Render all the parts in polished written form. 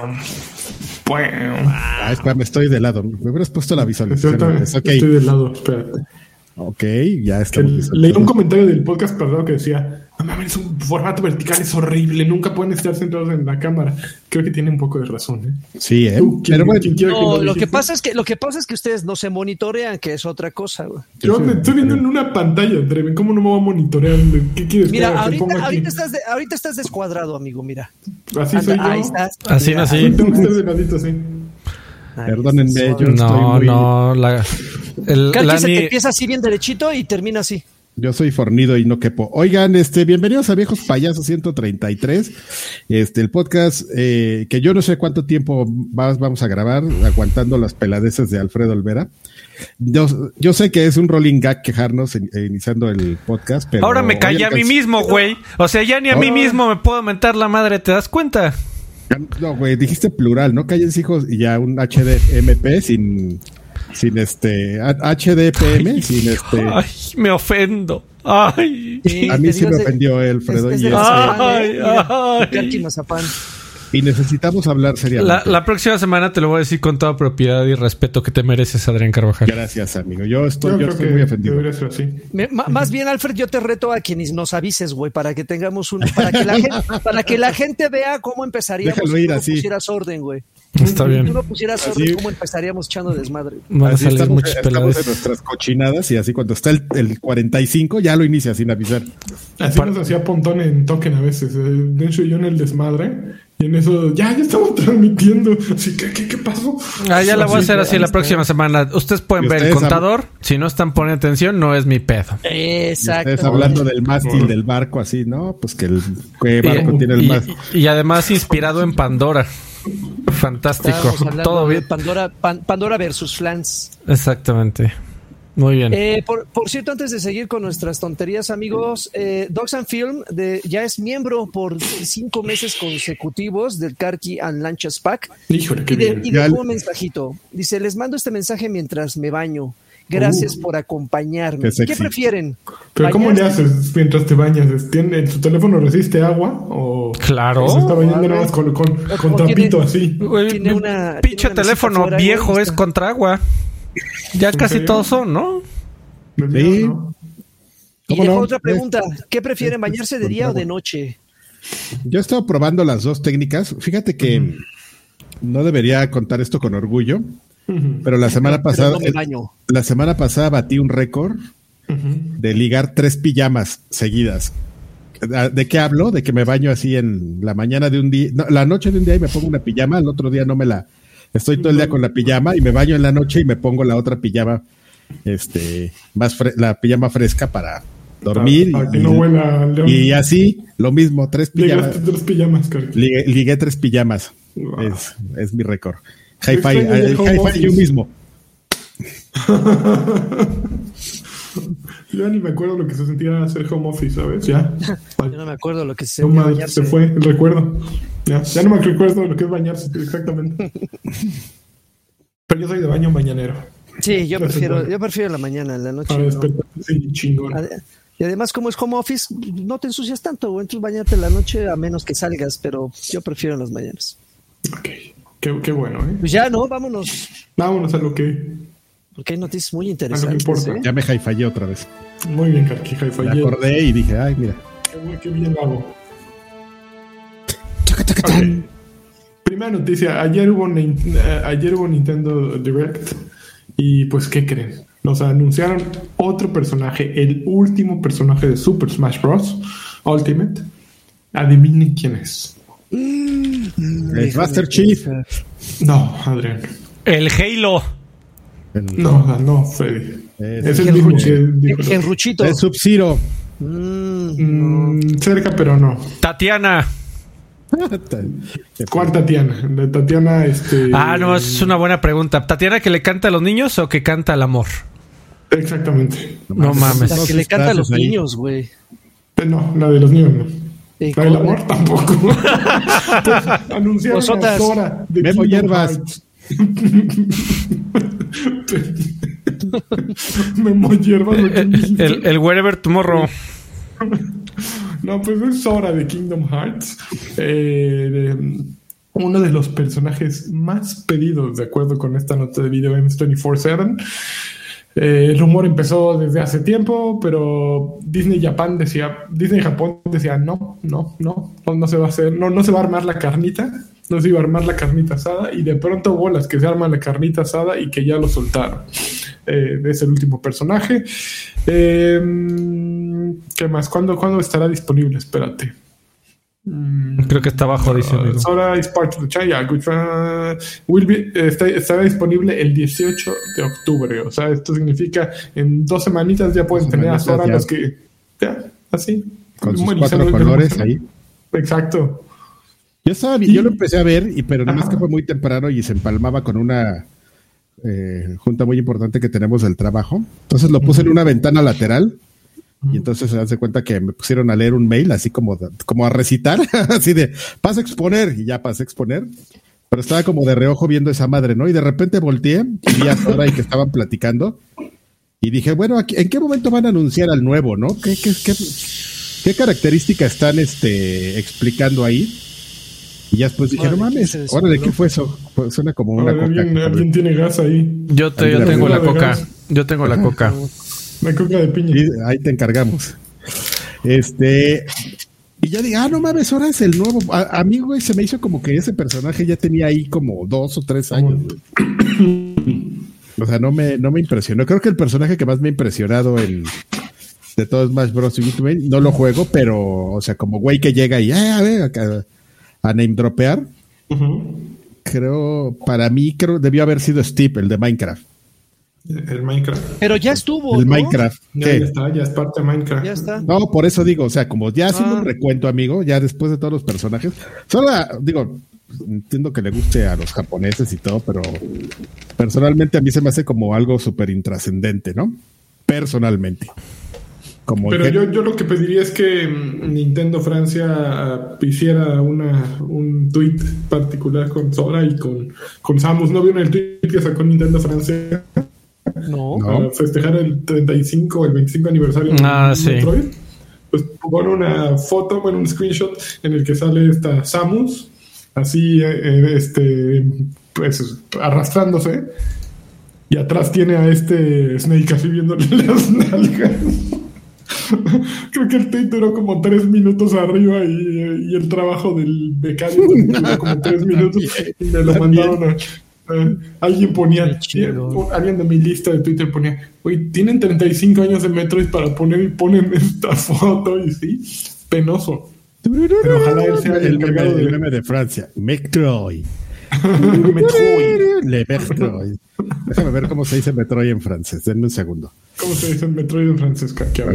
Espérame, estoy de lado. Me hubieras puesto la visualización. Estoy de lado, espérate. Ok, ya estamos. Leí un comentario del podcast pasado que decía: no mames, un formato vertical es horrible, nunca pueden estar centrados en la cámara. Creo que tiene un poco de razón, ¿eh? Sí, Pero bueno, lo que pasa es que ustedes no se monitorean, que es otra cosa, güey. Yo me estoy viendo en una pantalla, Dreven. ¿Cómo no me voy a monitorear? ¿Qué quieres? Mira, ahorita estás descuadrado, amigo, mira. Así soy yo. Ahí estás. Así nací. Tengo que estar de ladito así. Perdónenme, yo Carqui se te empieza así bien derechito y termina así. Yo soy fornido y no quepo. Oigan, bienvenidos a Viejos Payasos 133. El podcast que yo no sé cuánto tiempo vamos a grabar, aguantando las peladeces de Alfredo Olvera. Yo sé que es un rolling gag quejarnos iniciando el podcast, pero... Ahora me callé a mí mismo, güey. O sea, ya ni a mí mismo me puedo mentar la madre, ¿te das cuenta? No, güey, dijiste plural, ¿no? Cállense, hijos, y ya un HDMP sin HDPM, sin Ay, me ofendo. Ay. Sí, a mí sí me ofendió Alfredo. Carqui Mazapán. Y necesitamos hablar seriamente. La próxima semana te lo voy a decir con toda propiedad y respeto que te mereces, Adrián Carvajal. Gracias, amigo. Yo estoy muy ofendido. Más bien, Alfred, yo te reto a quienes nos avises, güey, para que tengamos para que la gente vea cómo empezaríamos. Déjalo ir así. Pusieras orden, güey. Está bien. Si tú no pusieras orden, ¿cómo empezaríamos echando desmadre? Van a salir muchas peladas. En nuestras cochinadas y así cuando está el 45 ya lo inicia sin avisar. Así nos hacía Pontón en Token a veces. De hecho, yo en el desmadre. Y en eso, ya estamos transmitiendo. Así que, ¿qué pasó? Ya la voy a hacer así la próxima semana. Ustedes pueden ver el contador. Si no están poniendo atención, no es mi pedo. Exacto. Ustedes hablando del mástil del barco, así, ¿no? Pues que ¿qué barco tiene el mástil? Y además inspirado en Pandora. Fantástico. Todo bien. Pandora versus Flans. Exactamente. Muy bien. Por cierto, antes de seguir con nuestras tonterías, amigos, Dogs and Film ya es miembro por 5 meses consecutivos del Carqui and Lanchas Pack. Híjole, qué bien. Y dejó un mensajito. Dice: les mando este mensaje mientras me baño. Gracias por acompañarme. ¿Qué prefieren? ¿Pero cómo le haces mientras te bañas? ¿En tu teléfono resiste agua? ¿O claro. Se está bañando nada más con trapito así? Tiene pinche teléfono viejo es contra agua. Ya casi todos son, ¿no? Sí. Y dejo otra pregunta. ¿Qué prefieren, bañarse de día o de noche? Yo he estado probando las dos técnicas. Fíjate que no debería contar esto con orgullo, pero la semana pasada batí un récord de ligar 3 pijamas seguidas. ¿De qué hablo? De que me baño así en la mañana de un día, la noche de un día y me pongo una pijama, el otro día no me la... Estoy todo el día con la pijama y me baño en la noche y me pongo la otra pijama, la pijama fresca para dormir. Y así, lo mismo, 3 pijamas. Ligaste 3 pijamas, Carqui. Ligué 3 pijamas. Wow. Es mi récord. Hi-Fi yo mismo. Yo ni me acuerdo lo que se sentía hacer home office, ¿sabes? Ya. Yo no me acuerdo lo que se sentía bañarse. Se fue el recuerdo. Ya no me recuerdo lo que es bañarse, exactamente. Pero yo soy de baño mañanero. Sí, yo prefiero la mañana, en la noche. Sí, chingón. Y además, como es home office, no te ensucias tanto, güey. Entonces bañarte en la noche a menos que salgas, pero yo prefiero en las mañanas. Ok. Qué bueno, ¿eh? Pues ya, ¿no? Vámonos. Vámonos a lo que... Porque hay noticias muy interesantes. Ya me hi-fallé otra vez. Muy bien, Carqui, hi-fallé. Me acordé y dije, ay, mira. Qué bien lo hago. Okay. Primera noticia. Ayer hubo Nintendo Direct. Y pues, ¿qué creen? Nos anunciaron otro personaje, el último personaje de Super Smash Bros. Ultimate. Adivinen quién es. El Master Chief. No, Adrián. El Halo. No, Freddy. Es el mismo que el Ruchito. Es Sub-Zero. Cerca, pero no. Tatiana. ¿Cuál Tatiana? La Tatiana, no, es una buena pregunta. ¿Tatiana que le canta a los niños o que canta al amor? Exactamente. No mames. La que le canta a los niños, güey. No, la de los niños no. La del amor tampoco. Pues, anunciaron a Sora de Memo Hierbas. Memo Hierbas. El Wherever Tomorrow. No, pues es Sora de Kingdom Hearts. uno de los personajes más pedidos, de acuerdo con esta nota de Video Games 24/7. El rumor empezó desde hace tiempo, pero Disney Japón decía no se va a hacer, no se va a armar la carnita, no se iba a armar la carnita asada, y de pronto bolas que se arma la carnita asada y que ya lo soltaron. Es el último personaje. ¿Qué más? ¿Cuándo estará disponible? Espérate. Creo que está abajo, dice. Sora is part of the chat. Estará disponible el 18 de octubre. O sea, esto significa en 2 semanitas ya pueden tener a Sora los que... Ya, así. Con sus 4 colores ahí. Exacto. Yo lo empecé a ver, pero nada más que fue muy temprano y se empalmaba con una junta muy importante que tenemos del trabajo. Entonces lo puse en una ventana lateral. Y entonces se hace cuenta que me pusieron a leer un mail así como a recitar, así de pasa a exponer, y ya pasé a exponer, pero estaba como de reojo viendo esa madre, ¿no? Y de repente volteé y vi a Sora y que estaban platicando y dije, bueno, ¿en qué momento van a anunciar al nuevo, no? ¿Qué características están explicando ahí? Y ya después dije, no mames, órale, ¿qué fue eso? Pues suena como una coca. Alguien tiene gas ahí. Yo tengo la coca. Yo tengo la coca. La coca de piña. Sí, ahí te encargamos. Y yo digo, no mames, ahora es el nuevo. A mí, güey, se me hizo como que ese personaje ya tenía ahí como 2 o 3 años. O sea, no me impresionó. Creo que el personaje que más me ha impresionado de todo Smash Bros. Ultimate, no lo juego, pero, o sea, como güey que llega y a ver, acá, a name dropear. Para mí debió haber sido Steve, el de Minecraft. El Minecraft. Pero ya estuvo, el ¿no? Minecraft. Ya está, ya es parte de Minecraft. Ya está. No, por eso digo, o sea, como ya haciendo un recuento, amigo, ya después de todos los personajes, solo digo, entiendo que le guste a los japoneses y todo, pero personalmente a mí se me hace como algo súper intrascendente, ¿no? Personalmente. Pero yo lo que pediría es que Nintendo Francia hiciera un tweet particular con Sora y con Samus. ¿No vieron el tweet que sacó Nintendo Francia? No. Para festejar el 35 o el 25 aniversario de Metroid. Sí. Pues pone una foto, un screenshot en el que sale esta Samus así, pues arrastrándose, y atrás tiene a Snake así viéndole las nalgas. Creo que el tweet duró como 3 minutos arriba y el trabajo del becario duró como 3 minutos y me lo mandaron a... alguien ponía, alguien de mi lista de Twitter ponía, oye, tienen 35 años de Metroid para poner y ponen esta foto, y sí, penoso. Pero ojalá él sea el meme de Francia. Metroid. Metroid. Déjame ver cómo se dice Metroid en francés. Denme un segundo. ¿Cómo se dice Metroid en francés?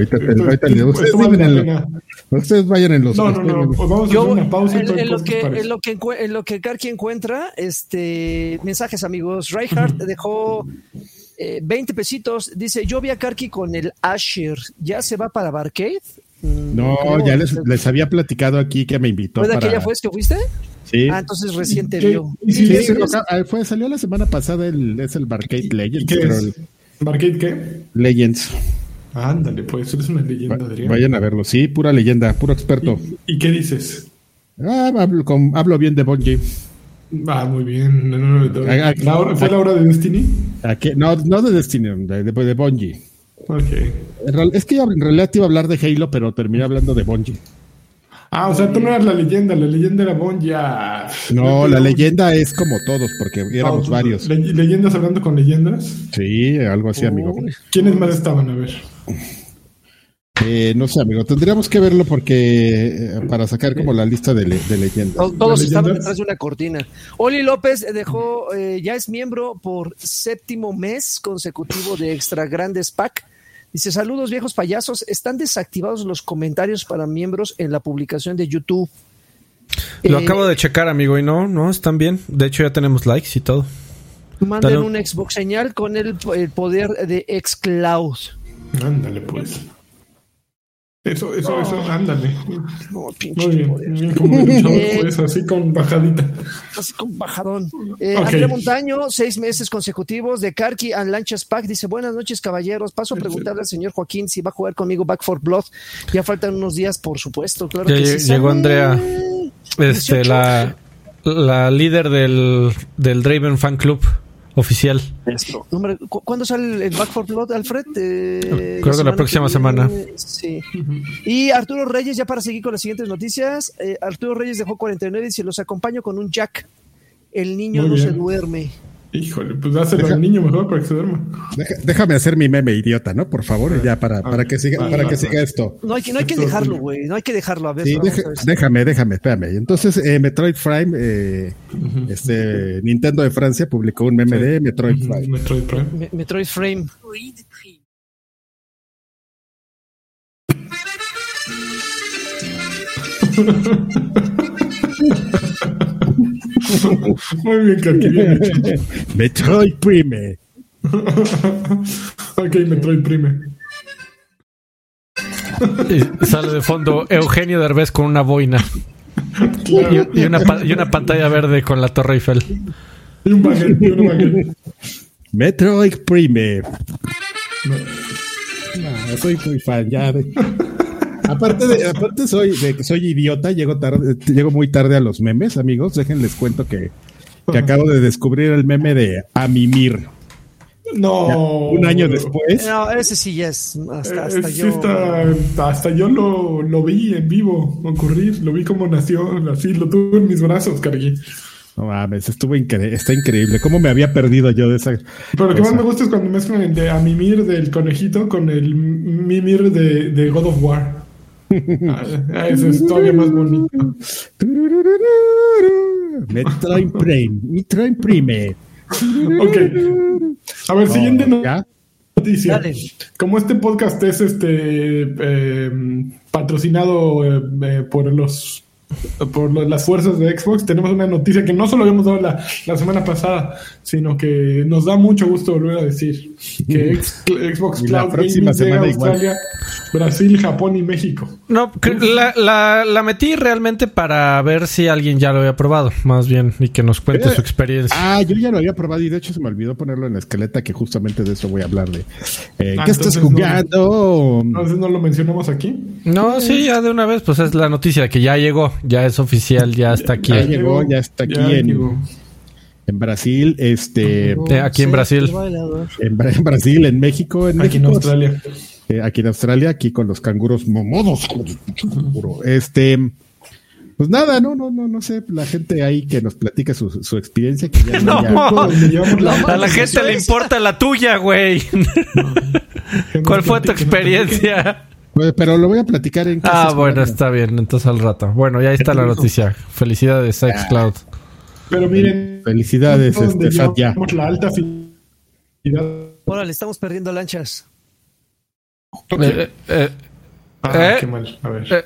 Ustedes vayan en los... No. Pues vamos a hacer una pausa. En lo que Karki encuentra, mensajes, amigos. Reinhardt dejó 20 pesitos. Dice, yo vi a Karki con el Asher. ¿Ya se va para Barcade? No, ya les había platicado aquí que me invitó. ¿Fue de aquella vez que fuiste? Sí. Entonces reciente vio. Sí, salió la semana pasada es el Barcade Legends. ¿Qué es? ¿Barcade qué? Legends. Ándale, pues eres una leyenda, Adrián. Vayan a verlo, sí, pura leyenda, puro experto. ¿Y qué dices? Hablo bien de Bungie. Muy bien. ¿Fue la hora de Destiny? No de Destiny, de Bungie. Okay. Es que en realidad te iba a hablar de Halo, pero terminé hablando de Bungie. O sea, tú no eras la leyenda era Bungie. No, la leyenda es como todos, porque éramos varios. ¿Leyendas hablando con leyendas? Sí, algo así, amigo. ¿Quiénes más estaban? A ver. No sé, amigo, tendríamos que verlo porque para sacar como la lista de leyendas. Todos estaban detrás de una cortina. Oli López dejó, ya es miembro por 7º mes consecutivo de Extra Grandes Pack. Dice, saludos viejos payasos, están desactivados los comentarios para miembros en la publicación de YouTube. Lo acabo de checar, amigo, y no, están bien. De hecho, ya tenemos likes y todo. Manden un Xbox señal con el poder de xCloud. Ándale, pues. Eso, ándale. No, pinche muy bien, como luchador, pues, así con bajadita. Así con bajadón. André Montaño, 6 meses consecutivos de Karki and Lanchas Pack. Dice, buenas noches, caballeros. Paso a preguntarle al señor Joaquín si va a jugar conmigo Back 4 Blood. Ya faltan unos días, por supuesto. Claro que sí. Llegó Andrea. la líder del Draven Fan Club oficial. Esto. Hombre, ¿cuándo sale el Back 4 Blood, Alfred? Creo que la próxima semana. Sí. Y Arturo Reyes, ya para seguir con las siguientes noticias, Arturo Reyes dejó 49 y se los acompaño con un Jack. El niño no se duerme. Híjole, pues dáselo al niño mejor para que se duerma. Déjame hacer mi meme idiota, ¿no? Por favor, ya para que siga esto. No hay que dejarlo, güey. No hay que dejarlo. A ver. Sí, déjame, espérame. Entonces, Metroid Prime, Nintendo de Francia publicó un meme de Metroid Prime. Metroid Frame. Muy bien, Karki, bien hecho. Metroid Prime. Ok, Metroid Prime. Y sale de fondo Eugenio Derbez con una boina. Claro. y una pantalla verde con la Torre Eiffel. Y un baguette. Metroid Prime. No, soy muy fan ya de... Aparte soy idiota, llego muy tarde a los memes, amigos. Déjenles cuento que acabo de descubrir el meme de Amimir. No. Ya, un año después. No, ese sí ya es hasta sí yo. Hasta yo lo vi en vivo ocurrir, lo vi como nació, así lo tuve en mis brazos, Karki. No mames, está increíble. ¿Cómo me había perdido yo de esa? Pero lo que más me gusta es cuando mezclan el de Amimir del conejito con el Mimir de God of War. Eso es todavía más bonito. Metroid Prime. Ok. A ver, siguiente noticia. Dale. Como este podcast es patrocinado por las fuerzas de Xbox, tenemos una noticia que no solo habíamos dado la semana pasada, sino que nos da mucho gusto volver a decir que Xbox Cloud Gaming de Australia, Brasil, Japón y México. No, la metí realmente para ver si alguien ya lo había probado, más bien, y que nos cuente su experiencia. Yo ya lo había probado y de hecho se me olvidó ponerlo en la esqueleta, que justamente de eso voy a hablar de ¿qué estás jugando? Entonces no lo mencionamos aquí. No, sí, ya de una vez, pues es la noticia que ya llegó, ya es oficial, ya está aquí. Ya está aquí en Brasil, aquí en Brasil. En Brasil, en México, aquí en Australia. Aquí en Australia, aquí con los canguros momodos. Pues nada, no sé, la gente ahí que nos platica su experiencia. Que ya a la gente le importa la tuya, güey. ¿Cuál fue tu experiencia? Pues, pero lo voy a platicar en casa. Bueno, está bien, entonces al rato. Bueno, ya está la noticia. Felicidades, Xcloud. Pero miren, felicidades, Fat ya. La alta fidelidad. Ahora le estamos perdiendo lanchas. Okay. Qué mal. A ver.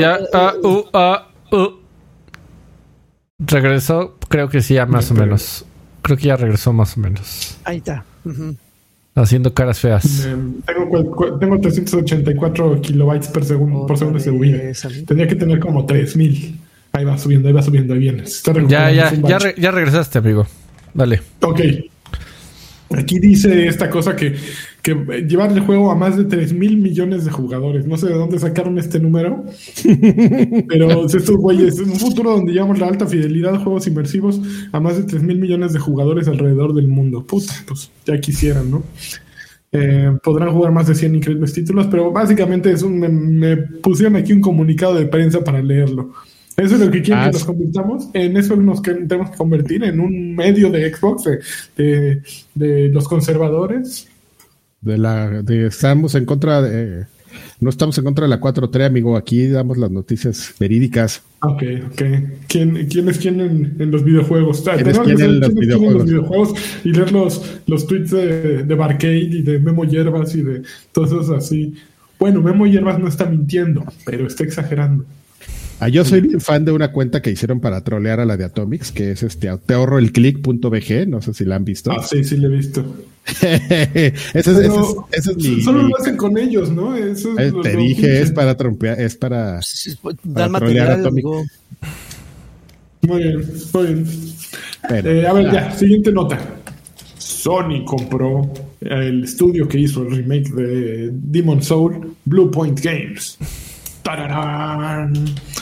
Regresó, creo que sí, ya más o menos. Creo que ya regresó más o menos. Ahí está. Haciendo caras feas. Tengo 384 kilobytes por segundo de Wii. Tendría que tener como 3000. Ahí va subiendo, ahí vienes. Ya regresaste, amigo. Dale. Ok. Aquí dice esta cosa que llevar el juego a más de 3,000 millones de jugadores. No sé de dónde sacaron este número. Pero estos güeyes, en un futuro donde llevamos la alta fidelidad de juegos inmersivos a más de 3,000 millones de jugadores alrededor del mundo. Puta, pues ya quisieran, ¿no? Podrán jugar más de 100 increíbles títulos, pero básicamente me pusieron aquí un comunicado de prensa para leerlo. Eso es lo que quieren que nos convirtamos. En eso tenemos que convertir en un medio de Xbox de los conservadores. Estamos en contra de... No estamos en contra de la 4.3, amigo. Aquí damos las noticias verídicas. Ok. ¿Quién es quién en los videojuegos? Tenemos que saber quién es los videojuegos y leer los tweets de Barcade y de Memo Hierbas y de todos esos así. Bueno, Memo Hierbas no está mintiendo, pero está exagerando. Yo soy bien fan de una cuenta que hicieron para trolear a la de Atomics, que es teahorroelclick.bg, no sé si la han visto. Sí le he visto. ese es mi... Solo lo hacen con ellos, ¿no? Eso es te dije, es para trompear, es para trolear a Atomics. Muy bien. Pero, a ver, ya, siguiente nota. Sony compró el estudio que hizo el remake de Demon's Soul, Blue Point Games. ¡Tararán!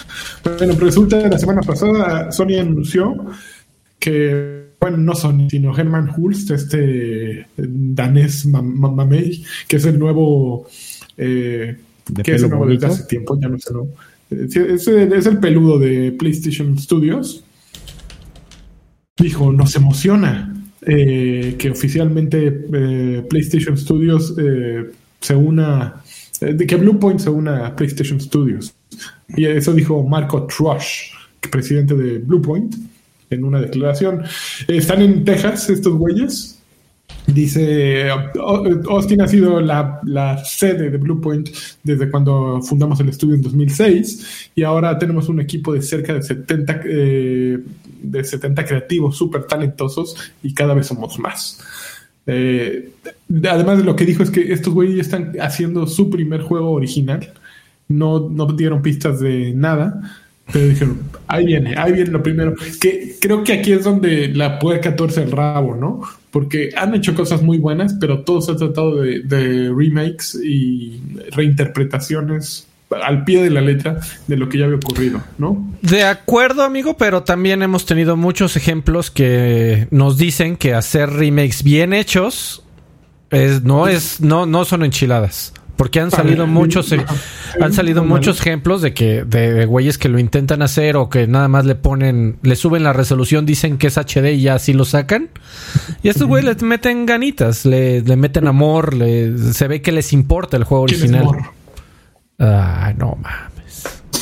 Bueno, resulta que la semana pasada Sony anunció que, bueno, no Sony, sino Herman Hulst, danés mamey, que es el nuevo, que es el nuevo desde hace tiempo, ya no sé, ¿no? Es el peludo de PlayStation Studios. Dijo, nos emociona que oficialmente PlayStation Studios se una, que Bluepoint se una a PlayStation Studios. Y eso dijo Marco Trush, presidente de Bluepoint, en una declaración. Están en Texas estos güeyes. Dice, Austin ha sido la sede de Bluepoint desde cuando fundamos el estudio en 2006 y ahora tenemos un equipo de cerca de 70 creativos súper talentosos y cada vez somos más. Además de lo que dijo es que estos güeyes están haciendo su primer juego original. No dieron pistas de nada, pero dijeron, ahí viene lo primero. Que creo que aquí es donde la puerca tuerce el rabo, ¿no? Porque han hecho cosas muy buenas, pero todo se ha tratado de remakes y reinterpretaciones al pie de la letra de lo que ya había ocurrido, ¿no? De acuerdo, amigo, pero también hemos tenido muchos ejemplos que nos dicen que hacer remakes bien hechos no son enchiladas. Porque han salido muchos ejemplos de güeyes que lo intentan hacer o que nada más le suben la resolución, dicen que es HD y ya así lo sacan. Y a estos güeyes les meten ganitas, le meten amor, se ve que les importa el juego original. No mames.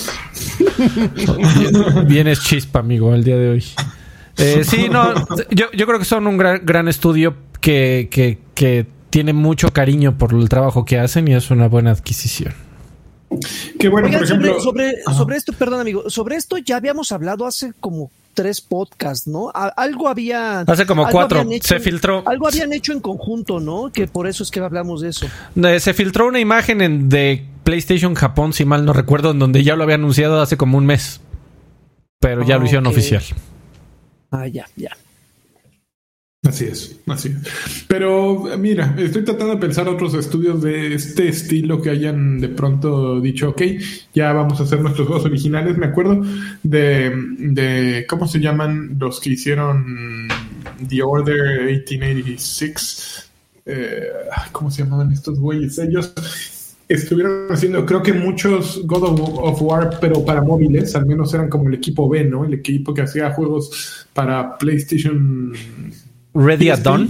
Vienes chispa, amigo, el día de hoy. Sí, no, yo creo que son un gran estudio que tiene mucho cariño por el trabajo que hacen y es una buena adquisición. Qué bueno. Oigan, por ejemplo, sobre esto, perdón, amigo, sobre esto ya habíamos hablado hace como 3 podcasts, ¿no? Algo había... Hace como 4, se filtró. Algo habían hecho en conjunto, ¿no? Que por eso es que hablamos de eso. Se filtró una imagen de PlayStation Japón, si mal no recuerdo, en donde ya lo había anunciado hace como un mes. Pero ya lo hicieron oficial. Ya. Así es. Pero mira, estoy tratando de pensar otros estudios de este estilo que hayan de pronto dicho, ok, ya vamos a hacer nuestros juegos originales. Me acuerdo de ¿cómo se llaman los que hicieron The Order 1886? ¿Cómo se llamaban estos güeyes? Ellos estuvieron haciendo, creo que muchos God of War, pero para móviles, al menos eran como el equipo B, ¿no? El equipo que hacía juegos para PlayStation... Ready at Dawn.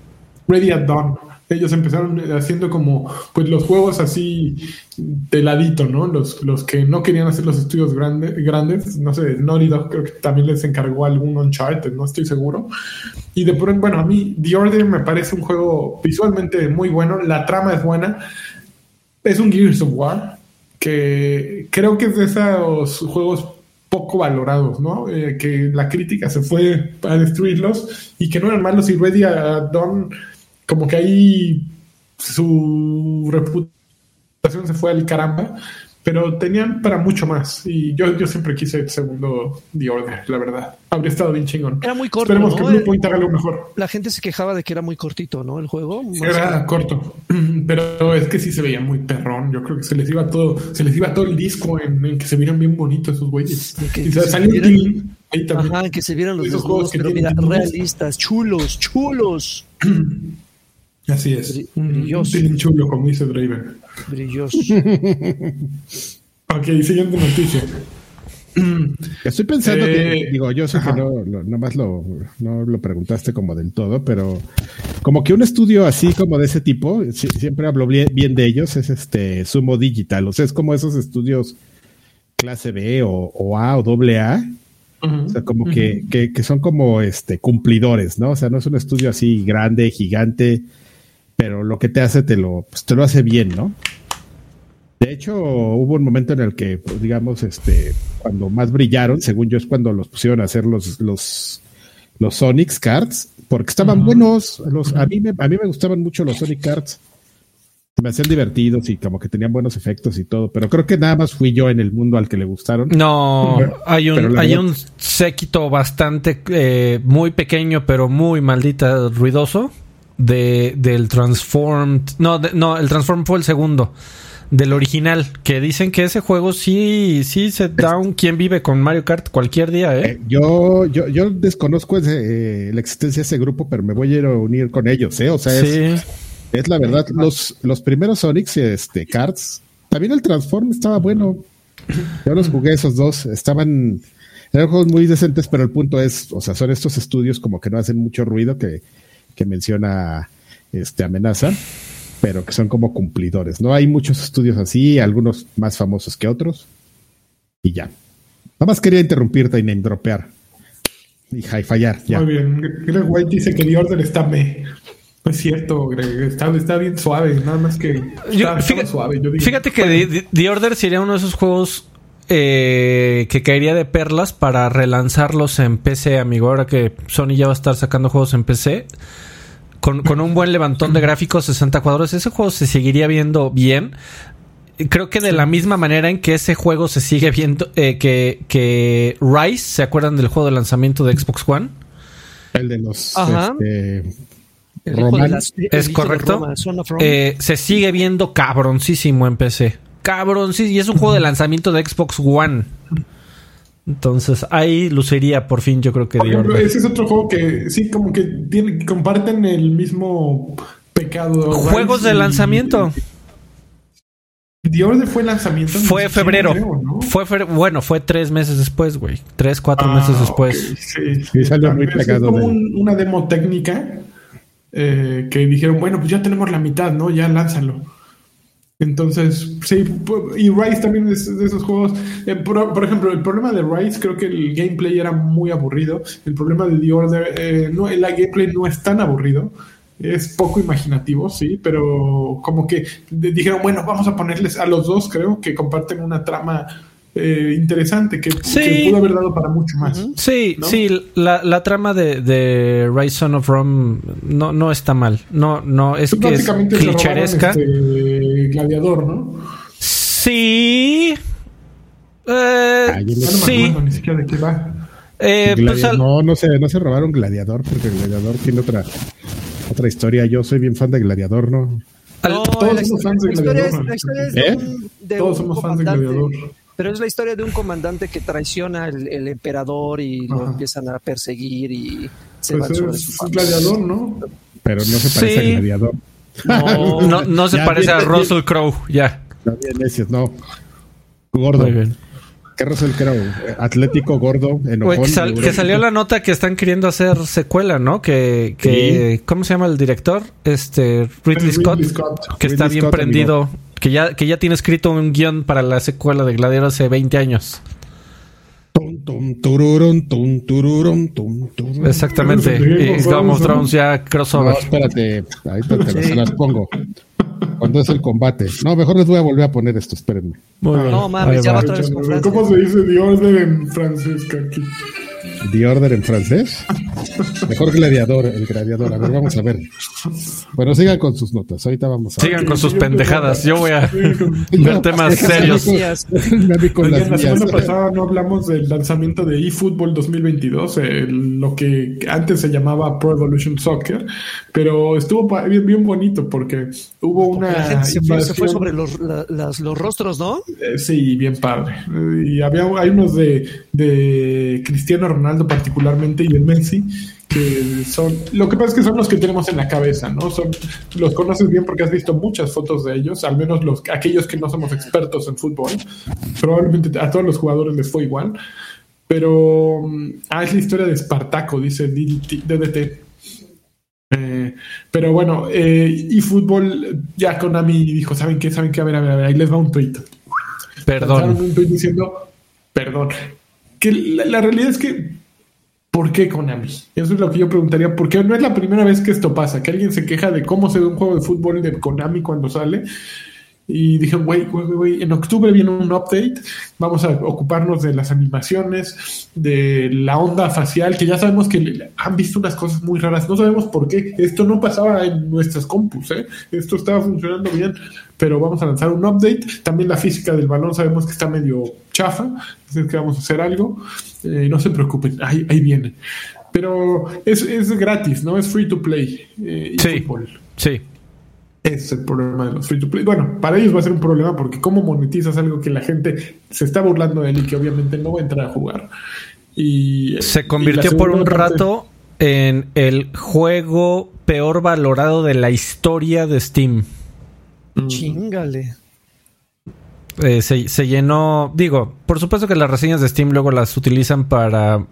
Ellos empezaron haciendo como pues los juegos así de ladito, ¿no? Los que no querían hacer los estudios grandes, no sé, Naughty Dog creo que también les encargó algún Uncharted, no estoy seguro. Y de pronto, bueno, a mí The Order me parece un juego visualmente muy bueno, la trama es buena, es un Gears of War que creo que es de esos juegos poco valorados, ¿no? Que la crítica se fue a destruirlos y que no eran malos y Ready at Dawn como que ahí su reputación se fue al caramba, pero tenían para mucho más y yo siempre quise el segundo The Order, la verdad. Habría estado bien chingón. Era muy corto, esperemos, ¿no? Que Bluepoint haga algo mejor. La gente se quejaba de que era muy cortito, ¿no? El juego. Era corto, pero es que sí se veía muy perrón. Yo creo que se les iba todo el disco en que se vieran bien bonitos esos güeyes. Y salió un ahí también. Ajá, que se vieran los desnudos, pero mira, realistas, chulos. Así es. Brilloso. Un chulo, como dice Draven. Brilloso. Ok, siguiente noticia. Estoy pensando que, yo sé que nomás no lo preguntaste como del todo, pero como que un estudio así como de ese tipo, siempre hablo bien de ellos, es Sumo Digital. O sea, es como esos estudios clase B o A o doble A. O sea, como que son como cumplidores, ¿no? O sea, no es un estudio así grande, gigante, pero lo que te hace te lo hace bien, ¿no? De hecho, hubo un momento en el que, pues, digamos, cuando más brillaron, según yo, es cuando los pusieron a hacer los Sonic Cards, porque estaban buenos. A mí me gustaban mucho los Sonic Cards. Me hacían divertidos y como que tenían buenos efectos y todo, pero creo que nada más fui yo en el mundo al que le gustaron. No, hay un séquito bastante muy pequeño, pero muy maldita ruidoso del Transformed. No, el Transform fue el segundo. del original, que dicen que ese juego sí se da un quien vive con Mario Kart cualquier día, ¿eh? Yo desconozco la existencia de ese grupo, pero me voy a ir a unir con ellos, ¿eh? O sea, es la verdad. Los primeros Sonics Karts, también el Transform estaba bueno. Yo los jugué esos dos, eran juegos muy decentes, pero el punto es, o sea, son estos estudios como que no hacen mucho ruido que menciona Amenaza, pero que son como cumplidores, ¿no? Hay muchos estudios así, algunos más famosos que otros, y ya. Nada más quería interrumpirte y name dropear y fallar, ya. Muy bien. Greg White dice que The Order está No es cierto, Greg, está bien suave, nada más que está suave. Fíjate que The Order sería uno de esos juegos que caería de perlas para relanzarlos en PC, amigo. Ahora que Sony ya va a estar sacando juegos en PC con un buen levantón de gráficos, 60 cuadros, ese juego se seguiría viendo bien. Creo que de la misma manera en que ese juego se sigue viendo, que Rise, ¿se acuerdan del juego de lanzamiento de Xbox One? El de los Roman. Es correcto. Se sigue viendo cabroncísimo en PC. Cabroncísimo. Y es un juego de lanzamiento de Xbox One. Entonces ahí luciría por fin, yo creo que The Order. Ese es otro juego que sí, como que comparten el mismo pecado. Juegos de lanzamiento. The Order fue lanzamiento. Fue febrero. Creo, ¿no? Fue 3 meses después, güey. 3-4 meses después. Okay, sí, salió muy pegado. Es como una demo técnica que dijeron, bueno, pues ya tenemos la mitad, ¿no? Ya lánzalo. Entonces, sí, y Rise también es de esos juegos. Por ejemplo, el problema de Rise, creo que el gameplay era muy aburrido. El problema de The Order, el gameplay no es tan aburrido. Es poco imaginativo, sí, pero como que dijeron, bueno, vamos a ponerles a los dos, creo, que comparten una trama interesante que pudo haber dado para mucho más. Sí, ¿no? Sí, la trama de Rise Son of Rome no está mal. No es que es clicheresca. Gladiador, ¿no? Sí. Sí. Ni siquiera de qué va. No se robaron Gladiador, porque Gladiador tiene otra historia. Yo soy bien fan de Gladiador, ¿no? Todos somos fans de Gladiador. Todos somos fans de Gladiador. Pero es la historia de un comandante que traiciona el emperador y lo empiezan a perseguir y se van sobre su fama. Gladiador, ¿no? Pero no se parece a Gladiador. No se parece a Russell Crowe, ya. No, bien necios, no. Gordo. Muy bien. ¿Qué Russell Crowe? Atlético, gordo, enojón. Que salió la nota que están queriendo hacer secuela, ¿no? Que ¿cómo se llama el director? Ridley Scott. Que está bien prendido. Que ya tiene escrito un guión para la secuela de Gladiador hace 20 años. Exactamente. Y Game of Thrones ya crossover. No, espérate. Ahorita se las pongo. Cuando es el combate. No, mejor les voy a volver a poner esto, espérenme. No mames, ya va otra vez con Francia. ¿Cómo se dice The Order en francés, Kaki? ¿The Order en francés? Mejor Gladiador, el Gladiador. A ver, vamos a ver. Bueno, sigan con sus notas. Ahorita vamos a ver. Sigan con sus pendejadas. Yo voy a ver temas serios. La semana pasada no hablamos del lanzamiento de eFootball 2022, lo que antes se llamaba Pro Evolution Soccer, pero estuvo bien bonito porque hubo una... La gente se fue sobre los rostros, ¿no? Sí, bien padre. Y hay unos de Cristiano Ronaldo particularmente y de Messi, que son, lo que pasa es que son los que tenemos en la cabeza, ¿no? Los conoces bien porque has visto muchas fotos de ellos, al menos aquellos que no somos expertos en fútbol. Probablemente a todos los jugadores les fue igual, pero es la historia de Espartaco, dice DDT. Pero bueno, eFootball, ya Konami dijo, ¿saben qué? A ver, ahí les va un tweet. Perdón. Un tweet diciendo, perdón. Que la realidad es que, ¿por qué Konami? Eso es lo que yo preguntaría, porque no es la primera vez que esto pasa, que alguien se queja de cómo se ve un juego de fútbol de Konami cuando sale. Y dije, güey, en octubre viene un update, vamos a ocuparnos de las animaciones, de la onda facial, que ya sabemos que han visto unas cosas muy raras, no sabemos por qué, esto no pasaba en nuestras compus, esto estaba funcionando bien, pero vamos a lanzar un update. También la física del balón sabemos que está medio chafa, así que vamos a hacer algo, no se preocupen, ahí viene. Pero es gratis, ¿no? Es free to play. Sí. Ese es el problema de los free to play. Bueno, para ellos va a ser un problema porque cómo monetizas algo que la gente se está burlando de él y que obviamente no va a entrar a jugar. Y se convirtió por un rato en el juego peor valorado de la historia de Steam. Chingale. Se llenó, digo, por supuesto que las reseñas de Steam luego las utilizan para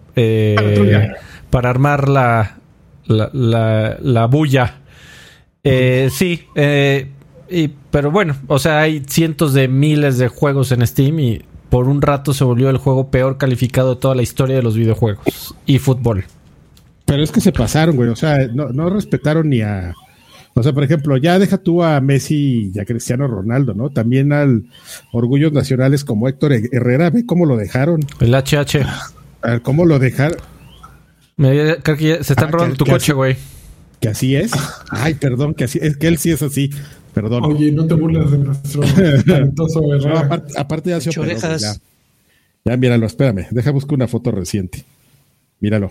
armar la bulla. Sí, pero bueno, o sea, hay cientos de miles de juegos en Steam y por un rato se volvió el juego peor calificado de toda la historia de los videojuegos y fútbol. Pero es que se pasaron, güey, o sea, no respetaron ni a... O sea, por ejemplo, ya deja tú a Messi y a Cristiano Ronaldo, ¿no? También al orgullos nacionales como Héctor Herrera, ve cómo lo dejaron. El HH. A ver, ¿cómo lo dejaron? Creo que se están robando tu coche, güey. ¿Que así es? Ay, perdón, que así es, que él sí es así. Perdón. Oye, no te burles de nuestro talentoso Herrera. No, aparte ya se operó, ya míralo, espérame. Deja buscar una foto reciente. Míralo.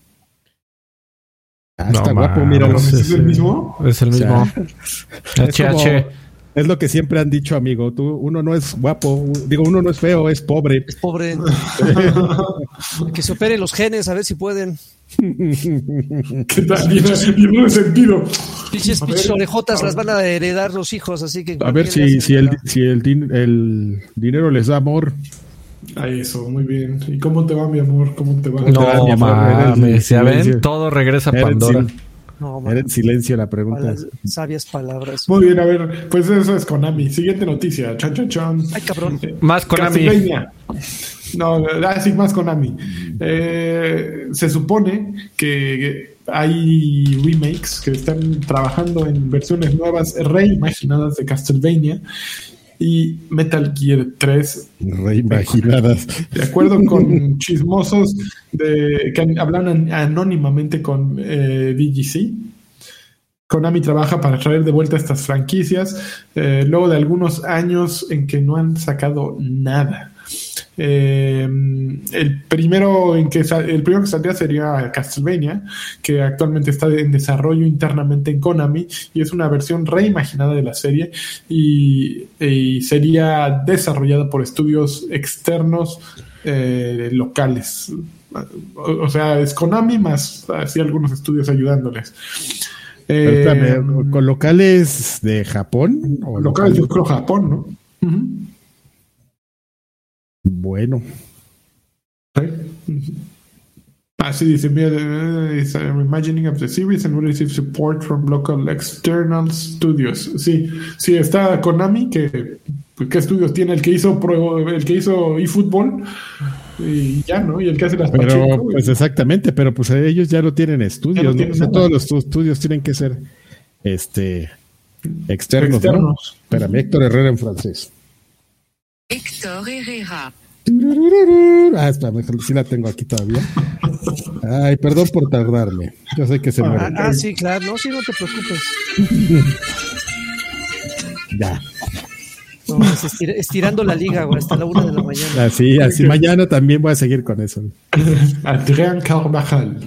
Está guapo, míralo. ¿Es el mismo? Es el mismo. O sea, es lo que siempre han dicho, amigo. Uno no es guapo, uno no es feo, es pobre. Es pobre. Que se operen los genes, a ver si pueden. ¿Qué tal? Y no he sentido. Pinches orejotas las van a heredar los hijos, así que... A ver si el dinero les da amor. A eso, muy bien. ¿Y cómo te va, mi amor? ¿Cómo te va? No, mames, ya ven, todo regresa a Pandora. Era en silencio la pregunta. Sabias palabras. Muy bien, a ver, pues eso es Konami. Siguiente noticia. Chan, chan, chan. Ay, cabrón. Más Konami. No, sí, más Konami. Se supone que hay remakes que están trabajando en versiones nuevas reimaginadas de Castlevania y Metal Gear 3 reimaginadas. De acuerdo con chismosos que hablan anónimamente con VGC, Konami trabaja para traer de vuelta estas franquicias luego de algunos años en que no han sacado nada. El primero que saldría sería Castlevania, que actualmente está en desarrollo internamente en Konami y es una versión reimaginada de la serie y sería desarrollada por estudios externos locales. O sea, es Konami más así algunos estudios ayudándoles. ¿Con locales de Japón? ¿O locales? Yo creo Japón, ¿no? Uh-huh. Bueno. Así dice, I'm imagining of the series and will receive support from local external studios. Sí, está Konami, ¿qué estudios tiene? El que hizo eFootball y ya, ¿no? Y el que hace las Pacheco. Pero, pues exactamente, pero pues ellos ya no tienen estudios, ¿no? O sea, todos los estudios tienen que ser externos. ¿No? Espérame, Héctor Herrera en francés. Héctor Herrera. Espérame, sí la tengo aquí todavía. Ay, perdón por tardarme. Yo sé que se muere. Sí, claro. No, sí, no te preocupes. Ya. No, estirando la liga, güey, hasta la 1 de la mañana. Así, mañana también voy a seguir con eso. Adrián Carvajal.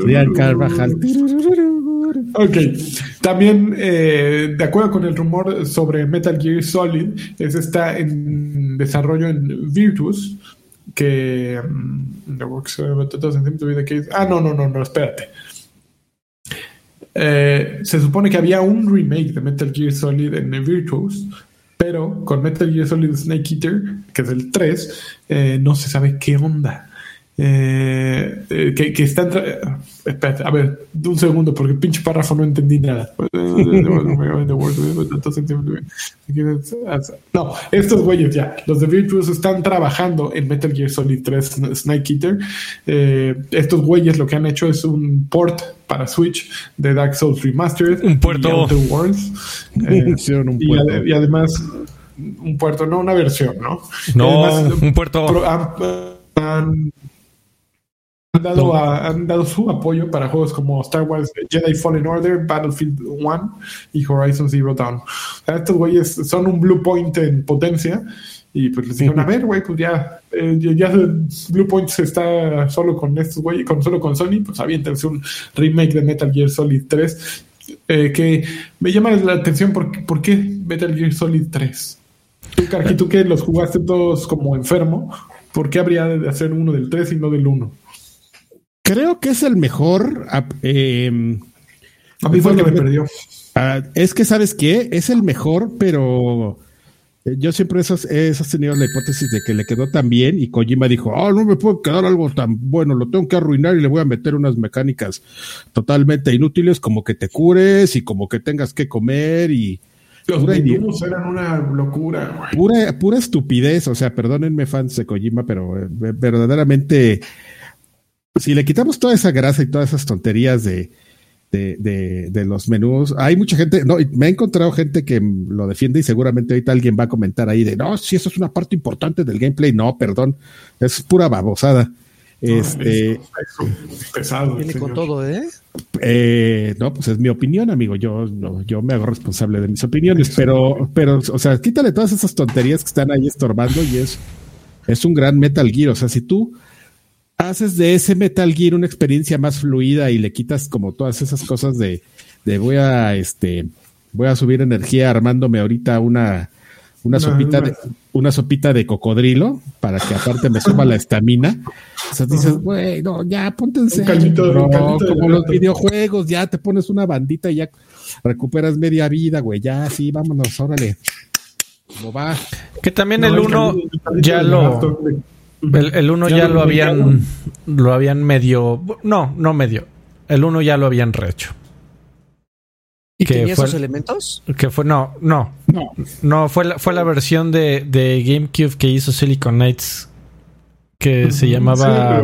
Ok, también de acuerdo con el rumor sobre Metal Gear Solid, está en desarrollo en Virtus, que no, espérate. Se supone que había un remake de Metal Gear Solid en Virtus, pero con Metal Gear Solid Snake Eater, que es el 3, no se sabe qué onda. Que están espérate, a ver, un segundo porque el pinche párrafo no entendí nada. No, estos güeyes ya, los de Virtuos están trabajando en Metal Gear Solid 3 Snake Eater. Estos güeyes lo que han hecho es un port para Switch de Dark Souls Remastered, un puerto y Outer Worlds, y además un puerto, no una versión, ¿no? Además, un puerto han dado su apoyo para juegos como Star Wars Jedi Fallen Order, Battlefield 1 y Horizon Zero Dawn. O sea, estos güeyes son un Blue Point en potencia y pues les dijeron, a ver, güey, pues ya Blue Point está solo con estos güeyes, solo con Sony, pues aviéntense un remake de Metal Gear Solid 3 que me llama la atención ¿por qué Metal Gear Solid 3? Tú, Karki, tú que los jugaste todos como enfermo, ¿por qué habría de hacer uno del 3 y no del 1? Creo que es el mejor. A mí fue el que me perdió. Es que, ¿sabes qué? Es el mejor, pero yo siempre he sostenido la hipótesis de que le quedó tan bien y Kojima dijo, no me puede quedar algo tan bueno, lo tengo que arruinar y le voy a meter unas mecánicas totalmente inútiles, como que te cures y como que tengas que comer y... Los menús eran una locura, güey. Pura estupidez, o sea, perdónenme fans de Kojima, pero verdaderamente, si le quitamos toda esa grasa y todas esas tonterías de los menús, hay mucha gente, me he encontrado gente que lo defiende y seguramente ahorita alguien va a comentar ahí de, no, si eso es una parte importante del gameplay, no, perdón, es pura babosada. Pesado. Viene con todo, no, pues es mi opinión, amigo. Yo me hago responsable de mis opiniones, pero, o sea, quítale todas esas tonterías que están ahí estorbando y es un gran Metal Gear. O sea, si tú haces de ese Metal Gear una experiencia más fluida y le quitas como todas esas cosas de voy a subir energía armándome ahorita una sopita de cocodrilo para que aparte me suba la estamina. O sea, dices, güey, no, ya ponte en serio, como los videojuegos, ya te pones una bandita y ya recuperas media vida, güey, ya, sí, vámonos, órale. ¿Cómo va? Que también el 1 ya el 1 ya lo habían medio, no medio, el 1 ya lo habían rehecho. ¿Y tenía esos elementos? Que fue, no, fue la versión de GameCube que hizo Silicon Knights que se llamaba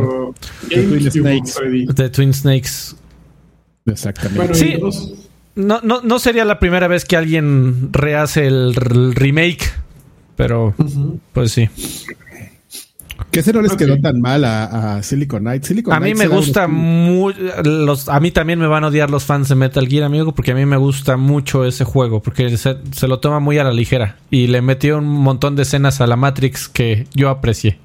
The Twin Snakes. Exactamente. Bueno, sí, no sería la primera vez que alguien rehace el remake, pero pues sí. Que ese no les quedó tan mal a Silicon Knights. A mí me gusta mucho. A mí también me van a odiar los fans de Metal Gear, amigo, porque a mí me gusta mucho ese juego, porque se lo toma muy a la ligera y le metió un montón de escenas a la Matrix que yo aprecié.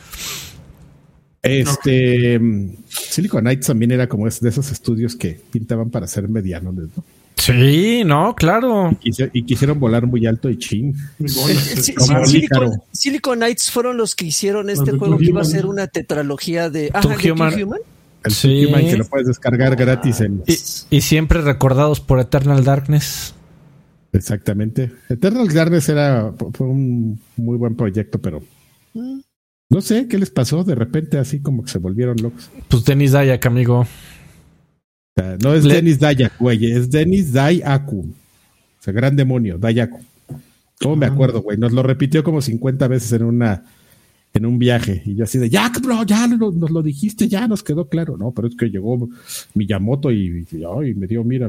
Silicon Knights también era como de esos estudios que pintaban para ser medianos, ¿no? Sí, no, claro. Y quisieron volar muy alto y ching. Silicon Knights fueron los que hicieron este juego que iba a ser una tetralogía de Human. El Human que lo puedes descargar gratis y siempre recordados por Eternal Darkness. Exactamente. Eternal Darkness fue un muy buen proyecto, pero no sé qué les pasó. De repente así como que se volvieron locos. Pues Denis Dayak, amigo. O sea, no es Denis Dayak, güey, es Denis Dayaku. O sea, gran demonio, Dayaku. ¿Cómo me acuerdo, güey? Nos lo repitió como 50 veces en un viaje. Y yo así de, ya, bro, ya nos lo dijiste, ya nos quedó claro. No, pero es que llegó Miyamoto y me dio, mira,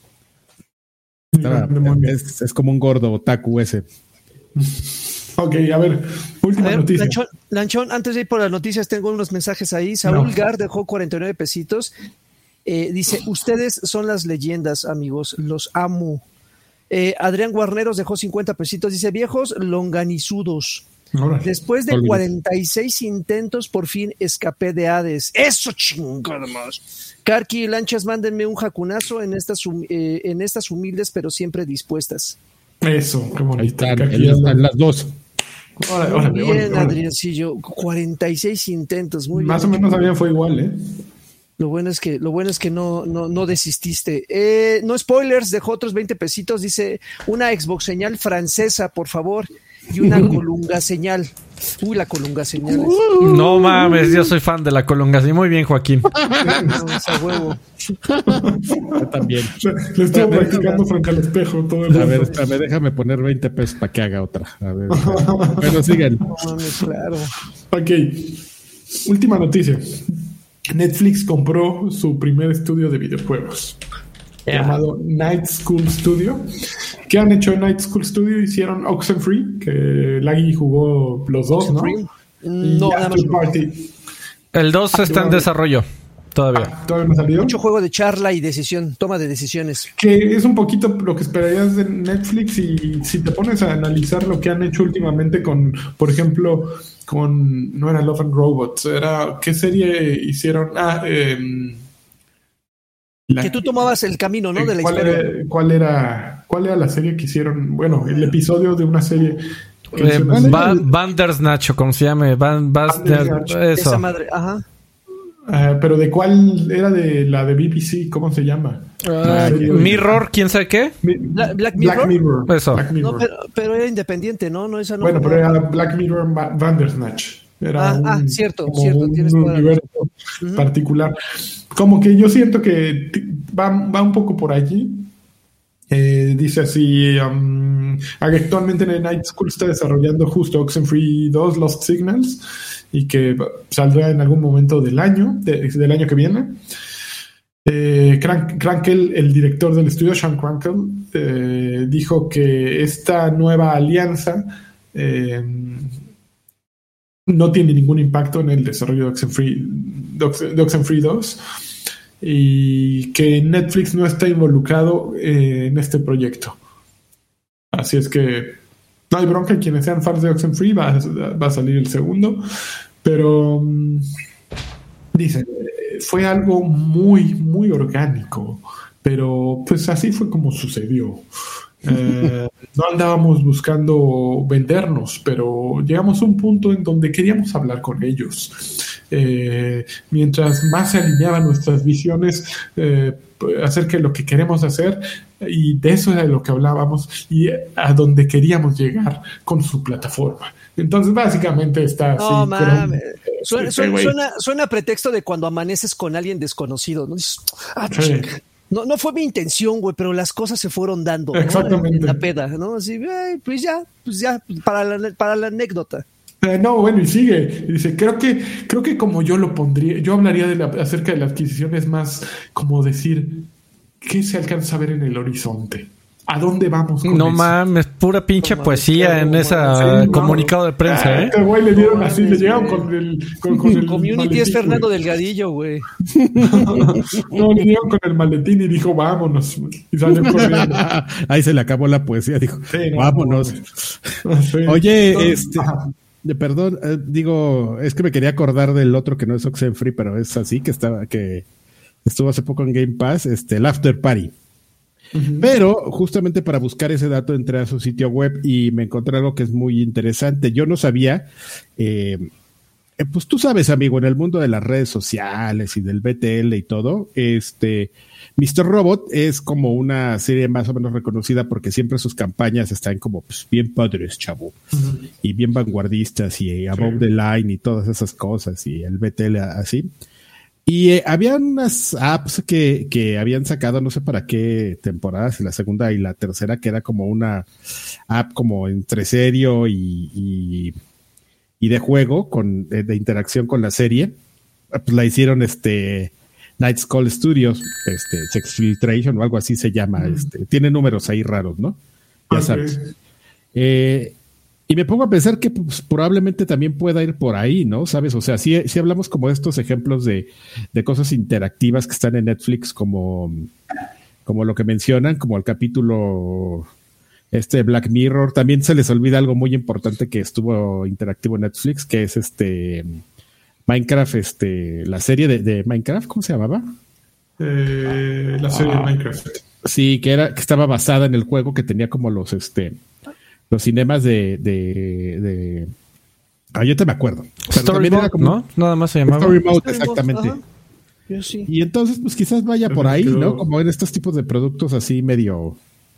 es como un gordo otaku ese. Ok, a ver, última noticia. Lanchón, antes de ir por las noticias, tengo unos mensajes ahí. Saúl Gar dejó 49 pesitos. Dice, ustedes son las leyendas, amigos, los amo. Adrián Guarneros dejó 50 pesitos, dice, viejos longanizudos. Después de 46 intentos, por fin escapé de Hades. ¡Eso chingados! Karki y Lanchas, mándenme un jacunazo en estas humildes, pero siempre dispuestas. Eso, qué bonito. Están las dos. Bien, Adriancillo, 46 intentos, muy bien. Más o menos fue igual, Lo bueno es que no desististe. No spoilers, dejó otros 20 pesitos. Dice, una Xbox señal francesa, por favor. Y una colunga señal. Uy, la colunga señal. No mames, yo soy fan de la colunga señal. Muy bien, Joaquín. A huevo. Yo también. Le estoy practicando frente al espejo todo el rato. A ver, déjame poner 20 pesos para que haga otra. A ver. Bueno, sigan. No mames, claro. Ok. Última noticia. Netflix compró su primer estudio de videojuegos llamado Night School Studio. ¿Qué han hecho en Night School Studio? Hicieron Oxenfree, que Lagui jugó los dos, ¿no? No, nada más. Party. El 2 está en desarrollo todavía. ¿Todavía no ha salido? Mucho juego de charla y decisión, toma de decisiones. Que es un poquito lo que esperarías de Netflix, y si te pones a analizar lo que han hecho últimamente con, por ejemplo, no era Love and Robots, era, ¿qué serie hicieron? Que tú tomabas el camino, ¿no? De la historia. ¿Cuál era la serie que hicieron? Bueno, el episodio de una serie. Bandersnatch, o como se llame. Esa madre, ajá. Pero ¿de cuál era? De la de BBC, ¿cómo se llama? Mirror, ¿quién sabe qué? Black Mirror. Eso. Black Mirror. No, pero era independiente, ¿no? Esa no. Bueno, pero era Black Mirror Bandersnatch. Era cierto, tienes un universo particular. Como que yo siento que va un poco por allí. Dice así, actualmente en el Night School está desarrollando justo Oxenfree 2 Lost Signals y que saldrá en algún momento del año que viene. Krankel, el director del estudio, Sean Krankel, dijo que esta nueva alianza no tiene ningún impacto en el desarrollo de Oxenfree 2 y que Netflix no está involucrado en este proyecto. Así es que no hay bronca, quienes sean fans de Oxenfree va a salir el segundo, pero dicen, fue algo muy, muy orgánico, pero pues así fue como sucedió. No andábamos buscando vendernos, pero llegamos a un punto en donde queríamos hablar con ellos. Mientras más se alineaban nuestras visiones acerca de lo que queremos hacer, y de eso era de lo que hablábamos y a donde queríamos llegar con su plataforma. Entonces básicamente está así. No mames, suena a pretexto de cuando amaneces con alguien desconocido, ¿no? Dices, no fue mi intención, güey, pero las cosas se fueron dando, ¿no? Exactamente. En la peda, ¿no? Así, pues ya, para la anécdota. No, bueno, y sigue. Y dice, creo que como yo lo pondría, yo hablaría acerca de la adquisición, es más como decir, ¿qué se alcanza a ver en el horizonte? ¿A dónde vamos con no eso? Mames, pura pinche poesía en ese comunicado de prensa, Este güey le dieron así, le llegaron con el Community maletín, es Fernando Delgadillo, güey. No, le dieron con el maletín y dijo, vámonos. Y salió corriendo. Ahí se le acabó la poesía, dijo, vámonos. Sí. Oye, perdón, digo, es que me quería acordar del otro que no es Oxenfree, pero es así, que estuvo hace poco en Game Pass, el After Party. Uh-huh. Pero justamente para buscar ese dato entré a su sitio web y me encontré algo que es muy interesante. Yo no sabía, pues tú sabes, amigo, en el mundo de las redes sociales y del BTL y todo, Mr. Robot es como una serie más o menos reconocida porque siempre sus campañas están como pues, bien padres, chavo, uh-huh, y bien vanguardistas y above the line y todas esas cosas y el BTL así. Y había unas apps que habían sacado, no sé para qué temporadas, la segunda y la tercera, que era como una app como entre serio y de juego, de interacción con la serie. Pues la hicieron Night's Call Studios, Sex Filtration o algo así se llama. Tiene números ahí raros, ¿no? Ya sabes. Y me pongo a pensar que pues, probablemente también pueda ir por ahí, ¿no? ¿Sabes? O sea, sí hablamos como de estos ejemplos de cosas interactivas que están en Netflix, como lo que mencionan, como el capítulo Black Mirror. También se les olvida algo muy importante que estuvo interactivo en Netflix, que es Minecraft, la serie de Minecraft, ¿cómo se llamaba? La serie de Minecraft. Sí, que estaba basada en el juego, que tenía como los cinemas yo te me acuerdo. Story Mode, ¿no? Nada más se llamaba. Story Mode, exactamente. Sí. Y entonces, pues quizás vaya por ahí, ¿no? Como en estos tipos de productos así medio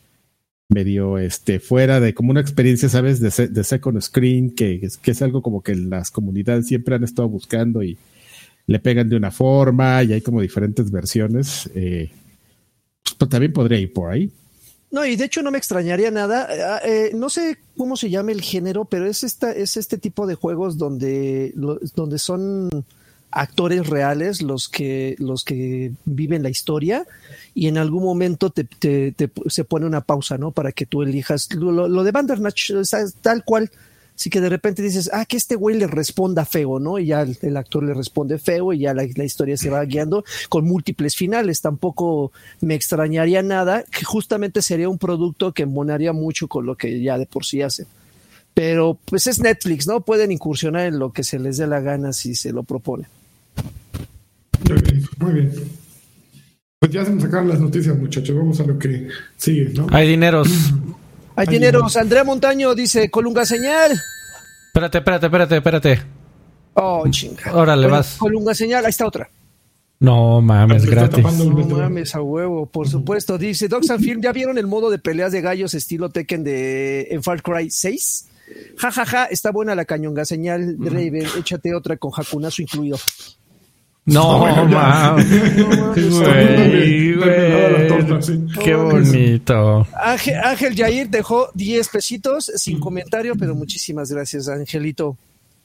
fuera de como una experiencia, ¿sabes? De second screen, que es algo como que las comunidades siempre han estado buscando y le pegan de una forma y hay como diferentes versiones. Pues también podría ir por ahí. No, y de hecho no me extrañaría nada. No sé cómo se llama el género, pero es este tipo de juegos donde son actores reales los que viven la historia y en algún momento se pone una pausa, ¿no? Para que tú elijas. Lo de Bandersnatch es tal cual. Así que de repente dices, que este güey le responda feo, ¿no? Y ya el actor le responde feo y ya la historia se va guiando con múltiples finales. Tampoco me extrañaría nada, que justamente sería un producto que embonaría mucho con lo que ya de por sí hacen. Pero pues es Netflix, ¿no? Pueden incursionar en lo que se les dé la gana si se lo proponen. Muy bien. Pues ya se nos sacaron las noticias, muchachos. Vamos a lo que sigue, ¿no? Hay dineros. Hay dineros. Andrea Montaño dice, Colunga señal. Espérate. Oh, chinga. Órale, vas. Colunga señal, ahí está otra. No mames, gratis. No mames, a huevo, por supuesto. Dice Doxan Film, ¿ya vieron el modo de peleas de gallos estilo Tekken en Far Cry 6? Ja, está buena la cañonga señal de Raven. Échate otra con jacunazo incluido. No, mames. Güey. Qué bonito. Ángel Yair dejó 10 pesitos sin comentario, pero muchísimas gracias, Angelito.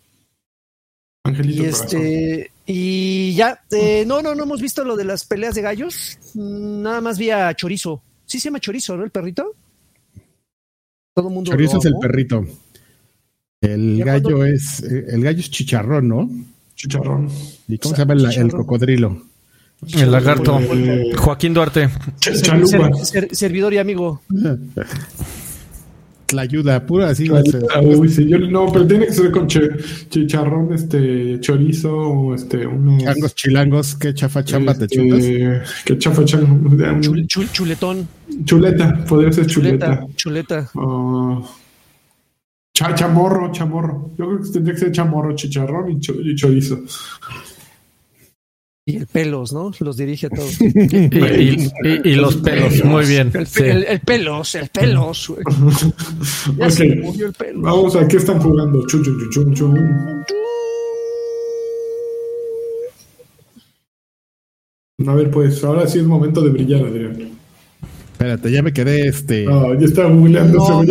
Y ya, no hemos visto lo de las peleas de gallos. Nada más vi a Chorizo. Sí se llama Chorizo, ¿no? El perrito. Todo el mundo. Chorizo es el perrito. El gallo es Chicharrón, ¿no? Chicharrón. ¿Y cómo se llama el cocodrilo? El lagarto. Joaquín Duarte. Servidor y amigo. La ayuda, pura así. Pero tiene que ser con chicharrón, chorizo, o changos chilangos, qué chafa chamba te chutas. Qué chafa chamba. Chuletón. Chuleta, podría ser chuleta. Chuleta. Chamorro. Yo creo que tendría que ser chamorro, chicharrón y chorizo. Y el pelos, ¿no? Los dirige a todos. y los pelos, muy bien. El pelos. Ya se le murió el pelos. Vamos a qué están jugando. Chun. A ver, pues ahora sí es momento de brillar, Adrián. Espérate, ya me quedé ya estaba googleando.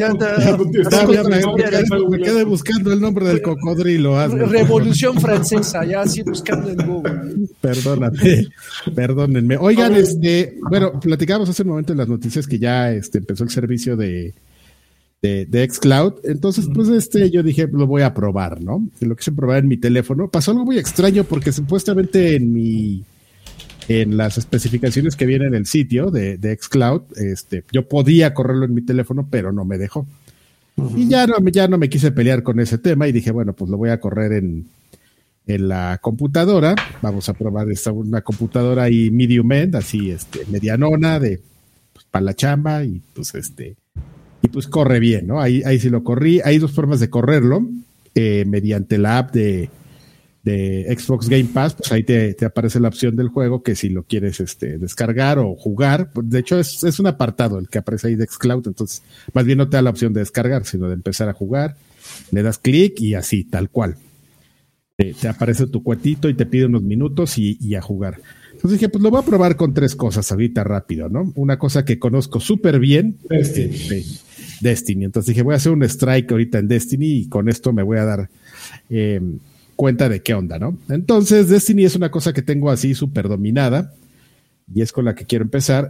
Me quedé buscando el nombre del cocodrilo. Revolución Francesa, ya así buscando en Google. Perdónenme. Oigan, bueno, platicábamos hace un momento en las noticias que ya empezó el servicio de xCloud. Entonces, pues yo dije, lo voy a probar, ¿no? Lo quise probar en mi teléfono. Pasó algo muy extraño porque supuestamente en las especificaciones que vienen en el sitio de xCloud, yo podía correrlo en mi teléfono, pero no me dejó. Y ya no me quise pelear con ese tema y dije, bueno, pues lo voy a correr en la computadora. Vamos a probar una computadora ahí medium end, así medianona, para la chamba, y pues pues corre bien, ¿no? Ahí sí lo corrí. Hay dos formas de correrlo, mediante la app de Xbox Game Pass, pues ahí te aparece la opción del juego que si lo quieres descargar o jugar, de hecho es un apartado el que aparece ahí de xCloud, entonces más bien no te da la opción de descargar, sino de empezar a jugar, le das clic y así, tal cual. Te aparece tu cuetito y te pide unos minutos y a jugar. Entonces dije, pues lo voy a probar con 3 cosas ahorita rápido, ¿no? Una cosa que conozco súper bien, Destiny. Entonces dije, voy a hacer un strike ahorita en Destiny y con esto me voy a dar cuenta de qué onda, ¿no? Entonces, Destiny es una cosa que tengo así súper dominada y es con la que quiero empezar.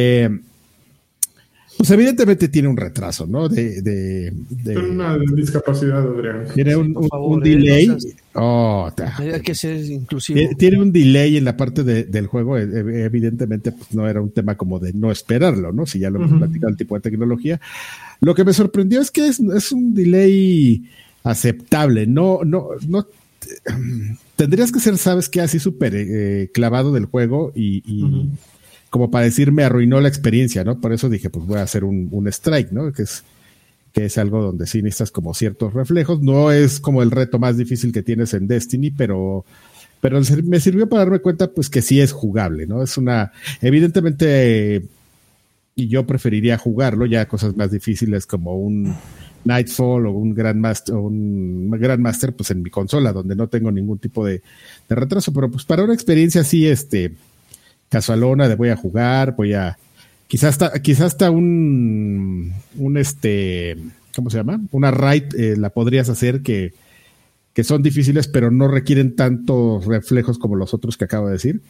Pues evidentemente tiene un retraso, ¿no? Tiene una discapacidad, Adrián. Tiene un delay. Hay que ser inclusivo. Tiene un delay en la parte del juego. Evidentemente, pues no era un tema como de no esperarlo, ¿no? Si ya lo hemos platicado, el tipo de tecnología. Lo que me sorprendió es que es un delay aceptable. No. Tendrías que ser, ¿sabes qué? Así súper clavado del juego y como para decir, me arruinó la experiencia, ¿no? Por eso dije, pues voy a hacer un strike, ¿no? Que es algo donde sí necesitas como ciertos reflejos. No es como el reto más difícil que tienes en Destiny, pero me sirvió para darme cuenta, pues, que sí es jugable, ¿no? Evidentemente, y yo preferiría jugarlo ya cosas más difíciles como un Nightfall o un Grandmaster, pues en mi consola, donde no tengo ningún tipo de retraso, pero pues para una experiencia así, casualona de voy a jugar, quizás hasta un ¿cómo se llama? Una raid la podrías hacer que son difíciles, pero no requieren tantos reflejos como los otros que acabo de decir.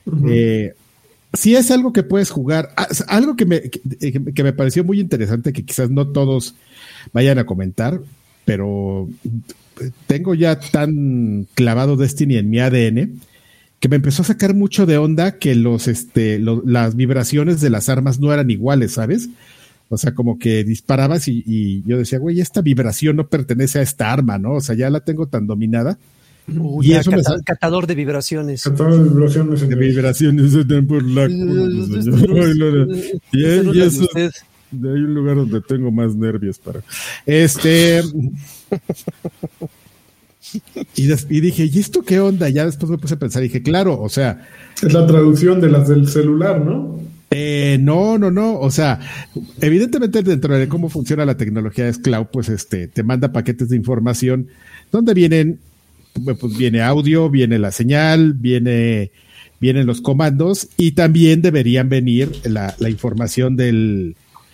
Sí es algo que puedes jugar. Algo que me pareció muy interesante, que quizás no todos vayan a comentar, pero tengo ya tan clavado Destiny en mi ADN que me empezó a sacar mucho de onda que las vibraciones de las armas no eran iguales, ¿sabes? O sea, como que disparabas y yo decía, güey, esta vibración no pertenece a esta arma, ¿no? O sea, ya la tengo tan dominada Y eso catador de vibraciones. Catador de vibraciones. De vibraciones por la... Y eso... Hay un lugar donde tengo más nervios para... Y dije, ¿y esto qué onda? Ya después me puse a pensar y dije, claro, o sea... Es la traducción de las del celular, ¿no? No. O sea, evidentemente dentro de cómo funciona la tecnología de Cloud, pues te manda paquetes de información donde viene audio, viene la señal, vienen los comandos y también deberían venir la información de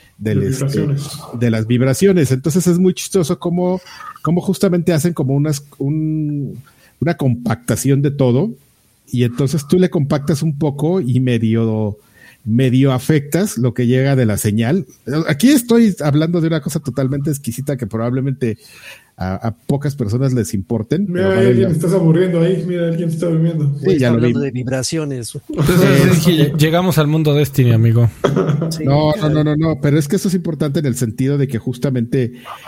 las vibraciones. Entonces es muy chistoso cómo justamente hacen como una compactación de todo y entonces tú le compactas un poco y medio afectas lo que llega de la señal. Aquí estoy hablando de una cosa totalmente exquisita que probablemente a pocas personas les importen. Mira, alguien estás aburriendo ahí. Mira, alguien está durmiendo. Sí, ya hablando de vibraciones. Llegamos al mundo Destiny, amigo. Sí, no, pero es que eso es importante en el sentido de que justamente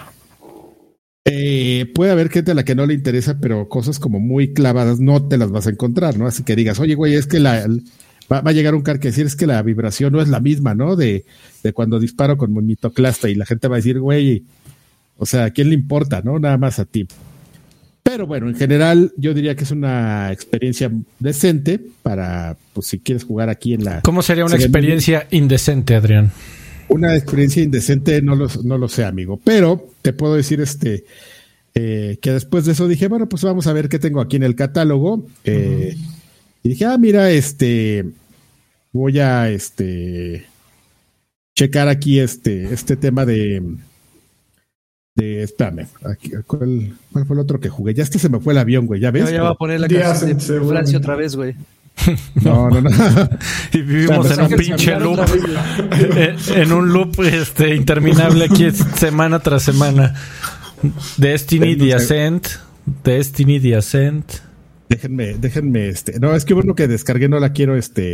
puede haber gente a la que no le interesa, pero cosas como muy clavadas no te las vas a encontrar, ¿no? Así que digas, oye, güey, es que va a llegar un car que decir es que la vibración no es la misma, ¿no? De cuando disparo con mi mitoclasta y la gente va a decir, güey, o sea, ¿a quién le importa, no? Nada más a ti. Pero bueno, en general yo diría que es una experiencia decente para, pues si quieres jugar aquí en la... ¿Cómo sería una experiencia indecente, Adrián? Una experiencia indecente no lo sé, amigo, pero te puedo decir que después de eso dije, bueno, pues vamos a ver qué tengo aquí en el catálogo. Y dije, mira, voy a checar aquí este tema de espérame, aquí, ¿cuál fue el otro que jugué? Ya se me fue el avión, güey, ¿ya ves? Ya va a poner la canción de Francia otra vez, güey. No. Y vivimos en un pinche loop. En un loop interminable aquí semana tras semana. Destiny, The Ascent. Déjenme, no, es que bueno que descargué, no la quiero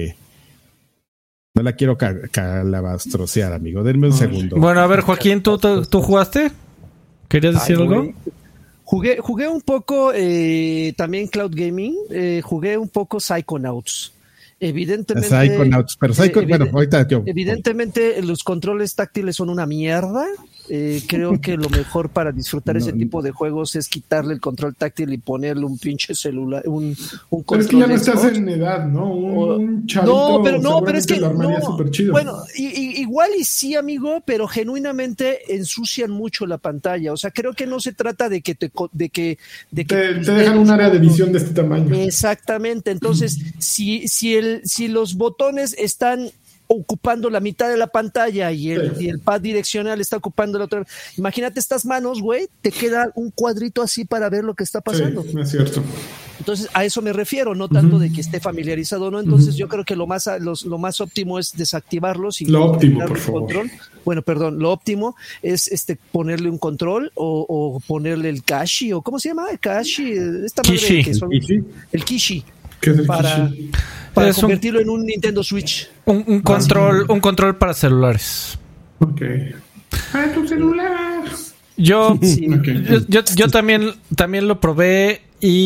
calabastrocear, amigo. Denme un segundo. Bueno, a ver, Joaquín, ¿tú jugaste? ¿Querías decir algo? Jugué un poco también Cloud Gaming, jugué un poco Psychonauts. Evidentemente, pero bueno, ahorita yo. Evidentemente los controles táctiles son una mierda. Creo que lo mejor para disfrutar ese tipo de juegos es quitarle el control táctil y ponerle un pinche celular, un control. Pero es que ya no estás en edad, ¿no? Un chavito. Pero es que chido. Bueno, igual y sí, amigo, pero genuinamente ensucian mucho la pantalla. O sea, creo que no se trata de que te dejan un área de visión de este tamaño. Exactamente. Entonces, si los botones están ocupando la mitad de la pantalla y el pad direccional está ocupando la otra. Imagínate estas manos, güey, te queda un cuadrito así para ver lo que está pasando. Sí, es cierto. Entonces, a eso me refiero, no tanto de que esté familiarizado o no. Entonces, yo creo que lo más óptimo es desactivarlos. Y lo óptimo, por favor. Control. Bueno, perdón, lo óptimo es ponerle un control o ponerle el Kashi, o ¿cómo se llama? El Kashi, esta madre que son el Kishi. ¿Qué es el Kishi? Para convertirlo en un Nintendo Switch. Un control para celulares. Ok. ¡Ah, tu celular! Yo también lo probé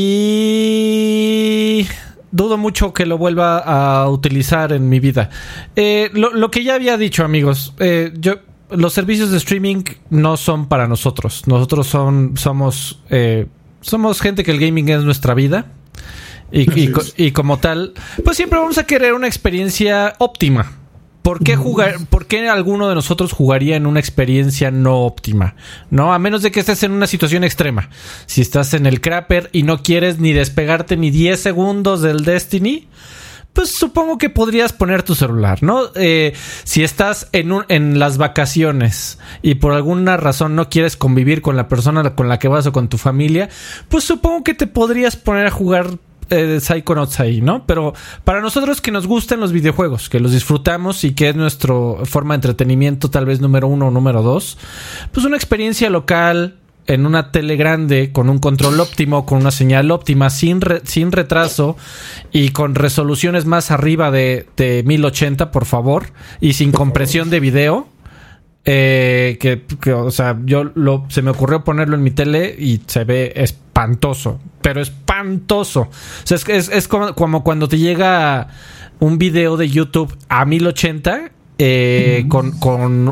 y dudo mucho que lo vuelva a utilizar en mi vida. Lo que ya había dicho, amigos, los servicios de streaming no son para nosotros. Nosotros somos gente que el gaming es nuestra vida. Y como tal, pues siempre vamos a querer una experiencia óptima. ¿Por qué alguno de nosotros jugaría en una experiencia no óptima? No, a menos de que estés en una situación extrema. Si estás en el crapper y no quieres ni despegarte ni 10 segundos del Destiny, pues supongo que podrías poner tu celular, ¿no? Si estás en las vacaciones y por alguna razón no quieres convivir con la persona con la que vas o con tu familia, pues supongo que te podrías poner a jugar Psychonauts ahí, ¿no? Pero para nosotros que nos gustan los videojuegos, que los disfrutamos y que es nuestra forma de entretenimiento tal vez número 1 o número 2, pues una experiencia local en una tele grande, con un control óptimo, con una señal óptima, sin retraso y con resoluciones más arriba de 1080, por favor, y sin compresión de video, o sea, se me ocurrió ponerlo en mi tele y se ve espantoso, pero espantoso. O sea, es como cuando te llega un video de YouTube a 1080 con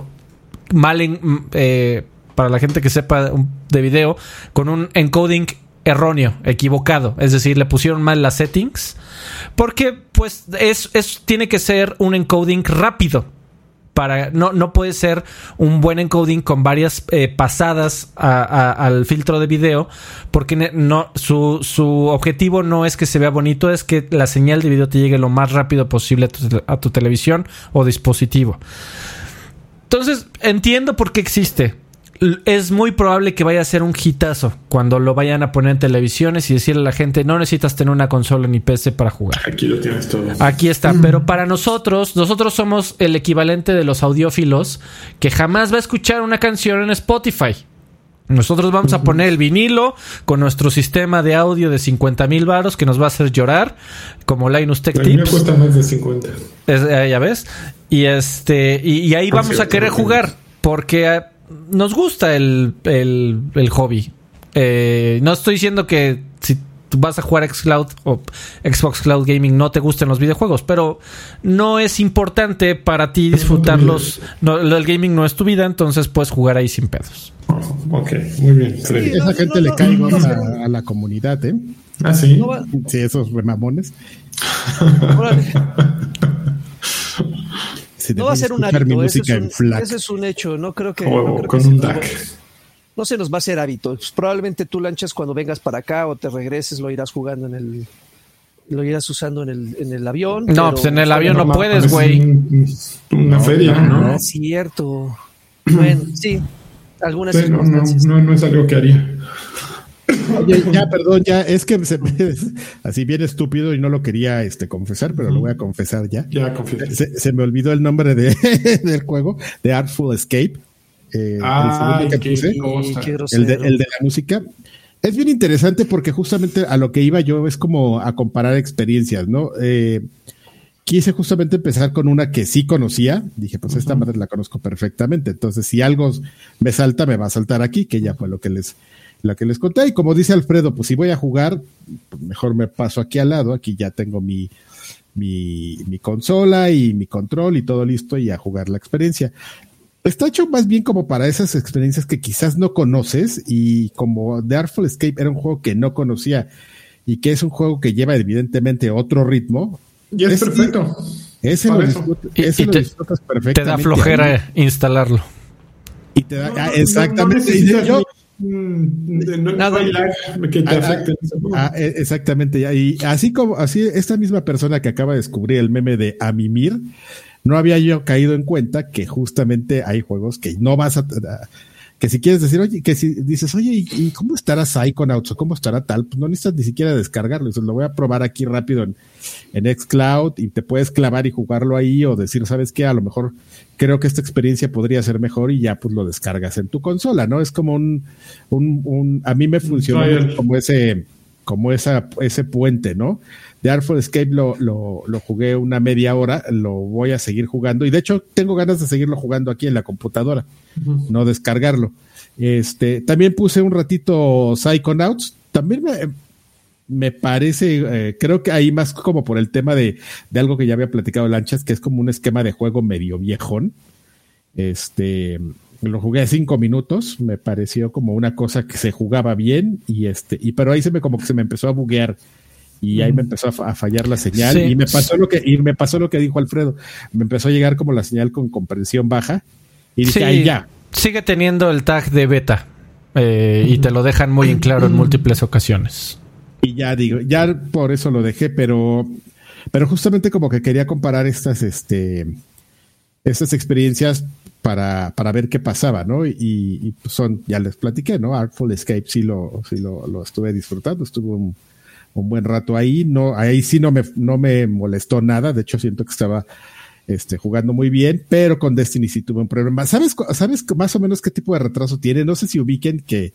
para la gente que sepa de video, con un encoding erróneo, equivocado, es decir, le pusieron mal las settings, porque pues tiene que ser un encoding rápido. No puede ser un buen encoding con varias pasadas al filtro de video, porque su objetivo no es que se vea bonito, es que la señal de video te llegue lo más rápido posible a tu televisión o dispositivo. Entonces, entiendo por qué existe. Es muy probable que vaya a ser un hitazo cuando lo vayan a poner en televisiones y decirle a la gente: no necesitas tener una consola ni PC para jugar. Aquí lo tienes todo. Aquí está. Pero para nosotros somos el equivalente de los audiófilos que jamás va a escuchar una canción en Spotify. Nosotros vamos a poner el vinilo con nuestro sistema de audio de 50,000 varos que nos va a hacer llorar, como Linus Tech Tips. A mí me cuesta más de 50. Ya ves. Y ahí vamos a querer jugar porque nos gusta el hobby. No estoy diciendo que si tú vas a jugar xCloud o Xbox Cloud Gaming no te gusten los videojuegos, pero no es importante para ti disfrutarlos. El gaming no es tu vida, entonces puedes jugar ahí sin pedos. Ok, muy bien. Sí, esa gente le cae a la comunidad, ¿eh? Ah, sí. Sí, esos remamones. No va a ser un hábito, ese es un hecho. No creo que con un DAC. No se nos va a hacer hábito. Pues probablemente tú, Lanchas, cuando vengas para acá o te regreses, lo irás jugando lo irás usando en el avión. No, pues en el avión no puedes, güey. Una feria, ¿no? Ah, cierto. Bueno, sí. Algunas circunstancias. No es algo que haría. Oye, perdón, es que así bien estúpido y no lo quería confesar, pero lo voy a confesar ya. Ya confieso. Se me olvidó el nombre del juego, de Artful Escape. Qué el de la música. Es bien interesante porque justamente a lo que iba yo es como a comparar experiencias, ¿no? Quise justamente empezar con una que sí conocía. Dije, pues esta madre la conozco perfectamente. Entonces, si algo me salta, me va a saltar aquí, que ya fue lo que les conté. Y como dice Alfredo, pues si voy a jugar, pues mejor me paso aquí al lado. Aquí ya tengo mi consola y mi control y todo listo y a jugar la experiencia. Está hecho más bien como para esas experiencias que quizás no conoces, y como The Artful Escape era un juego que no conocía y que es un juego que lleva evidentemente otro ritmo. Y es perfecto. Ese lo disfrutas perfectamente. Te da flojera instalarlo. Y te da, exactamente. Que te afecte. Exactamente. Y así esta misma persona que acaba de descubrir el meme de Amimir, no había yo caído en cuenta que justamente hay juegos que no vas a... Que si quieres decir, oye, que si dices, oye, ¿y cómo estará Psychonauts o cómo estará tal? Pues no necesitas ni siquiera descargarlo. Eso lo voy a probar aquí rápido en xCloud y te puedes clavar y jugarlo ahí, o decir, ¿sabes qué? A lo mejor creo que esta experiencia podría ser mejor, y ya pues lo descargas en tu consola, ¿no? Es como a mí me funcionó como ese puente, ¿no? The Artful Escape lo jugué una media hora, lo voy a seguir jugando, y de hecho tengo ganas de seguirlo jugando aquí en la computadora, no descargarlo. También puse un ratito Psychonauts, también me parece, creo que ahí más como por el tema de algo que ya había platicado Lanchas, que es como un esquema de juego medio viejón. Lo jugué a 5 minutos, me pareció como una cosa que se jugaba bien, pero ahí como que se me empezó a buguear. Y ahí me empezó a fallar la señal, sí. y me pasó lo que dijo Alfredo. Me empezó a llegar como la señal con compresión baja, y dije, ahí ya. Sigue teniendo el tag de beta, y te lo dejan muy en claro en múltiples ocasiones. Y ya por eso lo dejé, pero justamente como que quería comparar estas experiencias para ver qué pasaba, ¿no? Y pues ya les platiqué, ¿no? Artful Escape sí lo estuve disfrutando, estuve un buen rato ahí. Ahí sí no me molestó nada. De hecho, siento que estaba jugando muy bien, pero con Destiny sí tuve un problema. ¿Sabes más o menos qué tipo de retraso tiene? No sé si ubiquen que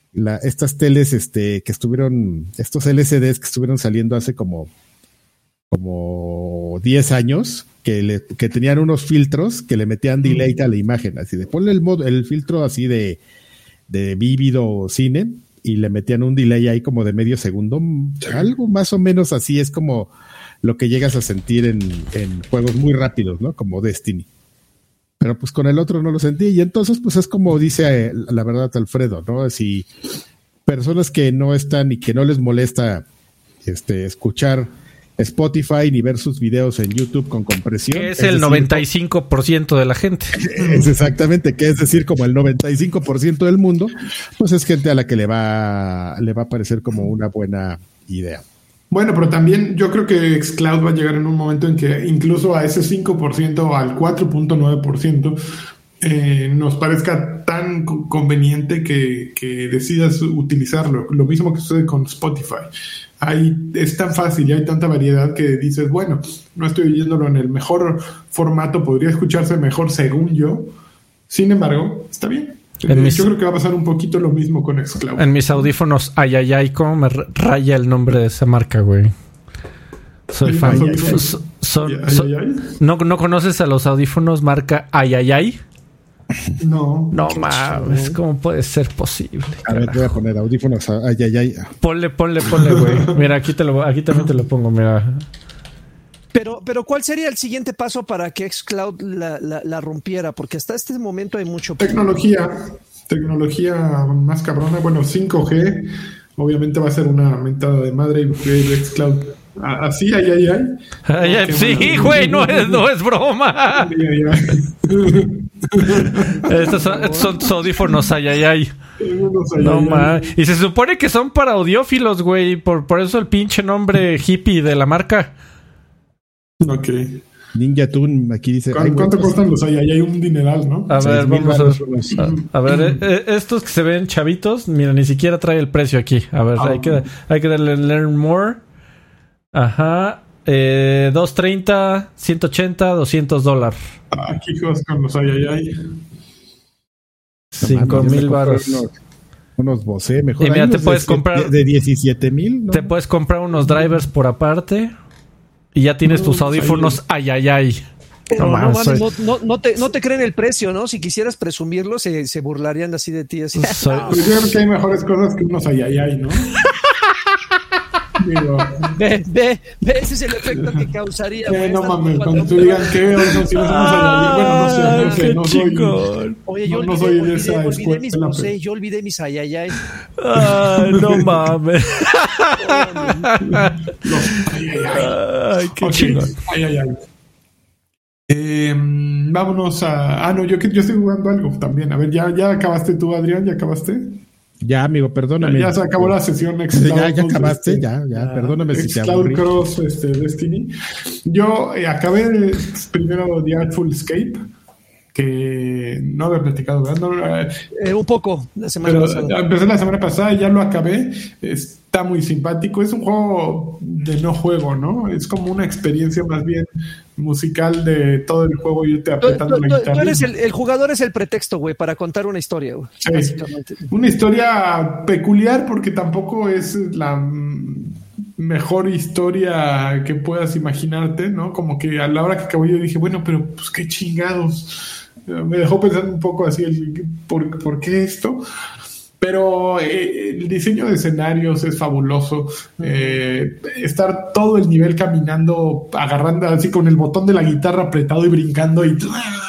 estas teles que estuvieron, estos LCDs que estuvieron saliendo hace como como 10 años que tenían unos filtros que le metían delay a la imagen, así de ponle el filtro así de vívido cine y le metían un delay ahí como de medio segundo, algo más o menos así es como lo que llegas a sentir en juegos muy rápidos, ¿no? Como Destiny. Pero pues con el otro no lo sentí y entonces pues es como dice la verdad Alfredo, ¿no? Si personas que no están y que no les molesta escuchar Spotify ni ver sus videos en YouTube con compresión. Que es el 95% de la gente. Es exactamente, que es decir, como el 95% del mundo, pues es gente a la que le va a parecer como una buena idea. Bueno, pero también yo creo que xCloud va a llegar en un momento en que incluso a ese 5% o al 4.9% nos parezca tan conveniente que decidas utilizarlo. Lo mismo que sucede con Spotify. Es tan fácil y hay tanta variedad que dices, bueno, no estoy oyéndolo en el mejor formato, podría escucharse mejor según yo. Sin embargo, está bien. Yo creo que va a pasar un poquito lo mismo con xCloud. En mis audífonos, ¿cómo me raya el nombre de esa marca, güey? Soy fan. ¿No conoces a los audífonos marca Ayayay? No. No mames, ¿cómo puede ser posible? A ver, voy a poner audífonos Ayayay. Ponle, güey. Mira, aquí también te lo pongo, mira. Pero ¿cuál sería el siguiente paso para que xCloud la rompiera? Porque hasta este momento hay mucho... Tecnología más cabrona. Bueno, 5G obviamente va a ser una mentada de madre y xCloud así, sí, güey, no es broma. Estos son audífonos, No mames. Y se supone que son para audiófilos, güey. Por eso el pinche nombre hippie de la marca. Ok. Ninja Tune aquí dice... ¿Cuánto cuestan los Hay un dineral, ¿no? A ver, vamos a ver. Estos que se ven chavitos, mira, ni siquiera trae el precio aquí. A ver, hay que darle Learn More. Ajá. 230, 180, $200. Aquí juegas con los Hay. 5,000 baros. Unos Bose, mejor. Y mira, te puedes comprar de 17,000, ¿no? Te puedes comprar unos drivers por aparte y ya tienes tus audífonos Ayayay. Pero no te creen el precio, ¿no? Si quisieras presumirlo, se burlarían así de ti. Así. Yo creo que hay mejores cosas que unos Ayayay, ¿no? Digo, ve, ese es el efecto que causaría. No mames, cuando te digan que si no somos Ayayay, bueno, no sé, Oye, yo no soy de esa escuela. Yo olvidé mis Ayayay. No mames. Los Ayayay. Ay, qué chingón. Ayayay. Vámonos a... no, yo estoy jugando algo también. A ver, ¿ya acabaste tú, Adrián? ¿Ya acabaste? Ya, amigo, perdóname. Ya se acabó la sesión xCloud. Ya acabaste, ya. Perdóname si te aburrí. xCloud Cross Destiny. Yo acabé primero The Artful Escape, que no había platicado, ¿verdad? Un poco, la semana pasada. Empecé la semana pasada y ya lo acabé. Está muy simpático. Es un juego de no juego, ¿no? Es como una experiencia más bien musical de todo el juego y irte apretando la guitarra. Tú eres el jugador, es el pretexto, güey, para contar una historia, güey. Sí. Básicamente. Una historia peculiar porque tampoco es la mejor historia que puedas imaginarte, ¿no? Como que a la hora que acabó yo dije, bueno, pero pues qué chingados. Me dejó pensando un poco así, ¿por qué esto? Pero el diseño de escenarios es fabuloso. Estar todo el nivel caminando, agarrando así con el botón de la guitarra apretado y brincando y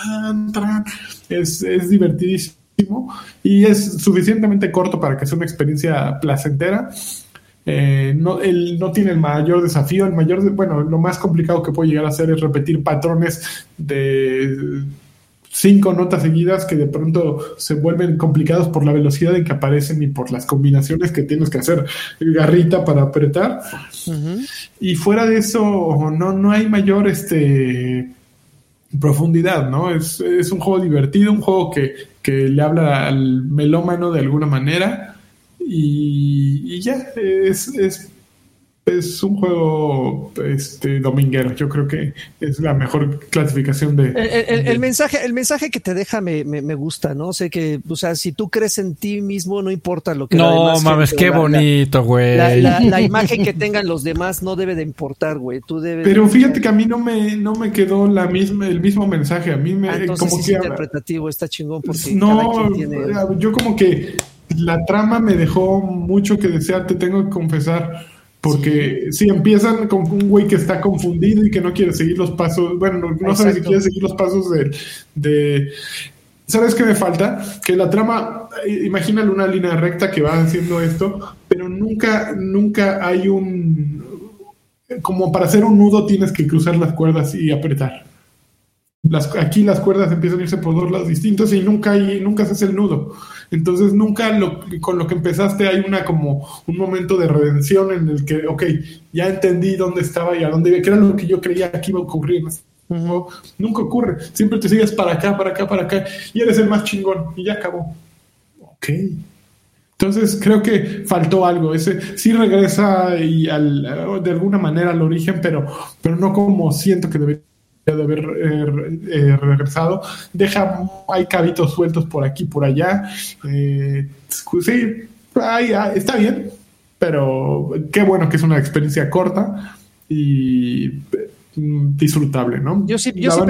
es divertidísimo y es suficientemente corto para que sea una experiencia placentera. No tiene el mayor desafío. Lo más complicado que puede llegar a hacer es repetir patrones de 5 notas seguidas que de pronto se vuelven complicados por la velocidad en que aparecen y por las combinaciones que tienes que hacer garrita para apretar. Uh-huh. Y fuera de eso no hay mayor profundidad, ¿no? Es un juego divertido, un juego que le habla al melómano de alguna manera y ya es Es un juego dominguero. Yo creo que es la mejor clasificación de... El mensaje que te deja me gusta, ¿no? Sé que, o sea, si tú crees en ti mismo, no importa lo que... No, mames, qué bonito, güey. La imagen que tengan los demás no debe de importar, güey. Tú debes... Pero fíjate que a mí no me quedó el mismo mensaje. A mí me... entonces como es que interpretativo, está chingón porque no, cada quien tiene... Yo como que la trama me dejó mucho que desear, te tengo que confesar. Porque si empiezan con un güey que está confundido y que no quiere seguir los pasos, bueno, no sabe si quiere seguir los pasos de... ¿Sabes qué me falta? Que la trama, imagínale una línea recta que va haciendo esto, pero nunca hay un... Como para hacer un nudo tienes que cruzar las cuerdas y apretar. Aquí las cuerdas empiezan a irse por dos lados distintos y nunca se hace el nudo. Entonces nunca con lo que empezaste hay como un momento de redención en el que, ya entendí dónde estaba y a dónde iba, que era lo que yo creía que iba a ocurrir. No, nunca ocurre. Siempre te sigues para acá y eres el más chingón y ya acabó. Entonces creo que faltó algo. Ese sí regresa y de alguna manera al origen, pero no como siento que debería de haber regresado. Hay cabitos sueltos por aquí, por allá. Sí, está bien, pero qué bueno que es una experiencia corta y disfrutable, ¿no? Yo sí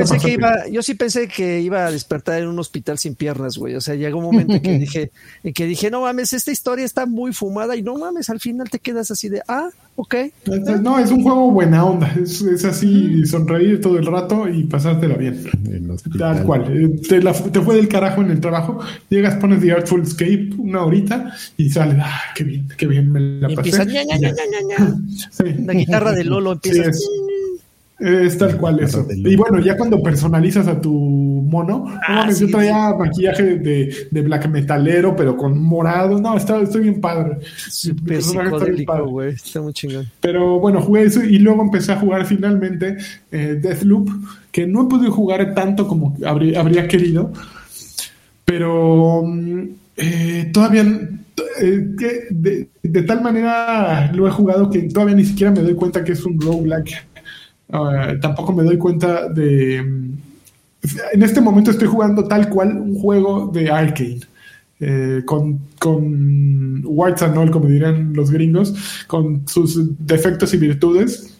pensé que iba a despertar en un hospital sin piernas, güey. O sea, llegó un momento en que dije, no mames, esta historia está muy fumada y no mames, al final te quedas así de, ok. No, es un juego buena onda. Es así, sonreír todo el rato y pasártela bien. Tal cual. Te fue del carajo en el trabajo. Llegas, pones The Artful Escape 1 horita y sales, qué bien me la pasé. Sí. La guitarra de Lolo empieza. Sí, es tal cual eso. Y bueno, ya cuando personalizas a tu mono, yo traía maquillaje de black metalero, pero con morado. No, estoy bien padre. Súper psicodélico, güey. Está muy chingón. Pero bueno, jugué eso y luego empecé a jugar finalmente Deathloop, que no he podido jugar tanto como habría querido, pero todavía de tal manera lo he jugado que todavía ni siquiera me doy cuenta que es un roguelike. Tampoco me doy cuenta de... En este momento estoy jugando tal cual un juego de Arcane, con warts and all, como dirán los gringos, con sus defectos y virtudes.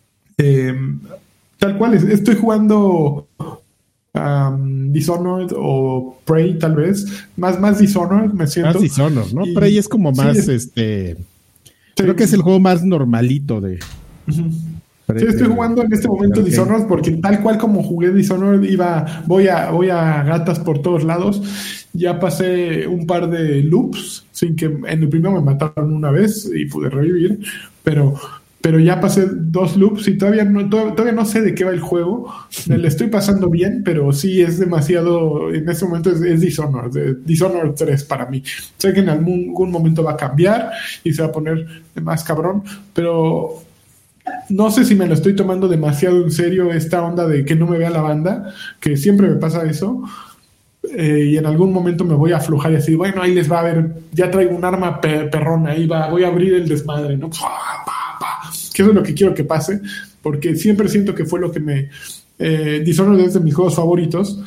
Tal cual, estoy jugando Dishonored o Prey, tal vez. Más Dishonored, me siento. Más Dishonored, ¿no? Prey es como más, creo que es el juego más normalito de... Uh-huh. Sí, estoy jugando en este momento Dishonored porque tal cual como jugué Dishonored voy a gatas por todos lados. Ya pasé un par de loops sin que en el primero me mataron una vez y pude revivir, pero ya pasé 2 loops y todavía no sé de qué va el juego. Me le estoy pasando bien, pero sí es demasiado. En este momento es Dishonored 3 para mí. Sé que en algún momento va a cambiar y se va a poner más cabrón, pero no sé si me lo estoy tomando demasiado en serio esta onda de que no me vea la banda, que siempre me pasa eso, y en algún momento me voy a aflojar y decir, bueno, ahí les va a ver, ya traigo un arma perrona, ahí va, voy a abrir el desmadre, ¿no? Que eso es lo que quiero que pase, porque siempre siento que fue lo que me... Dishonored es de mis juegos favoritos,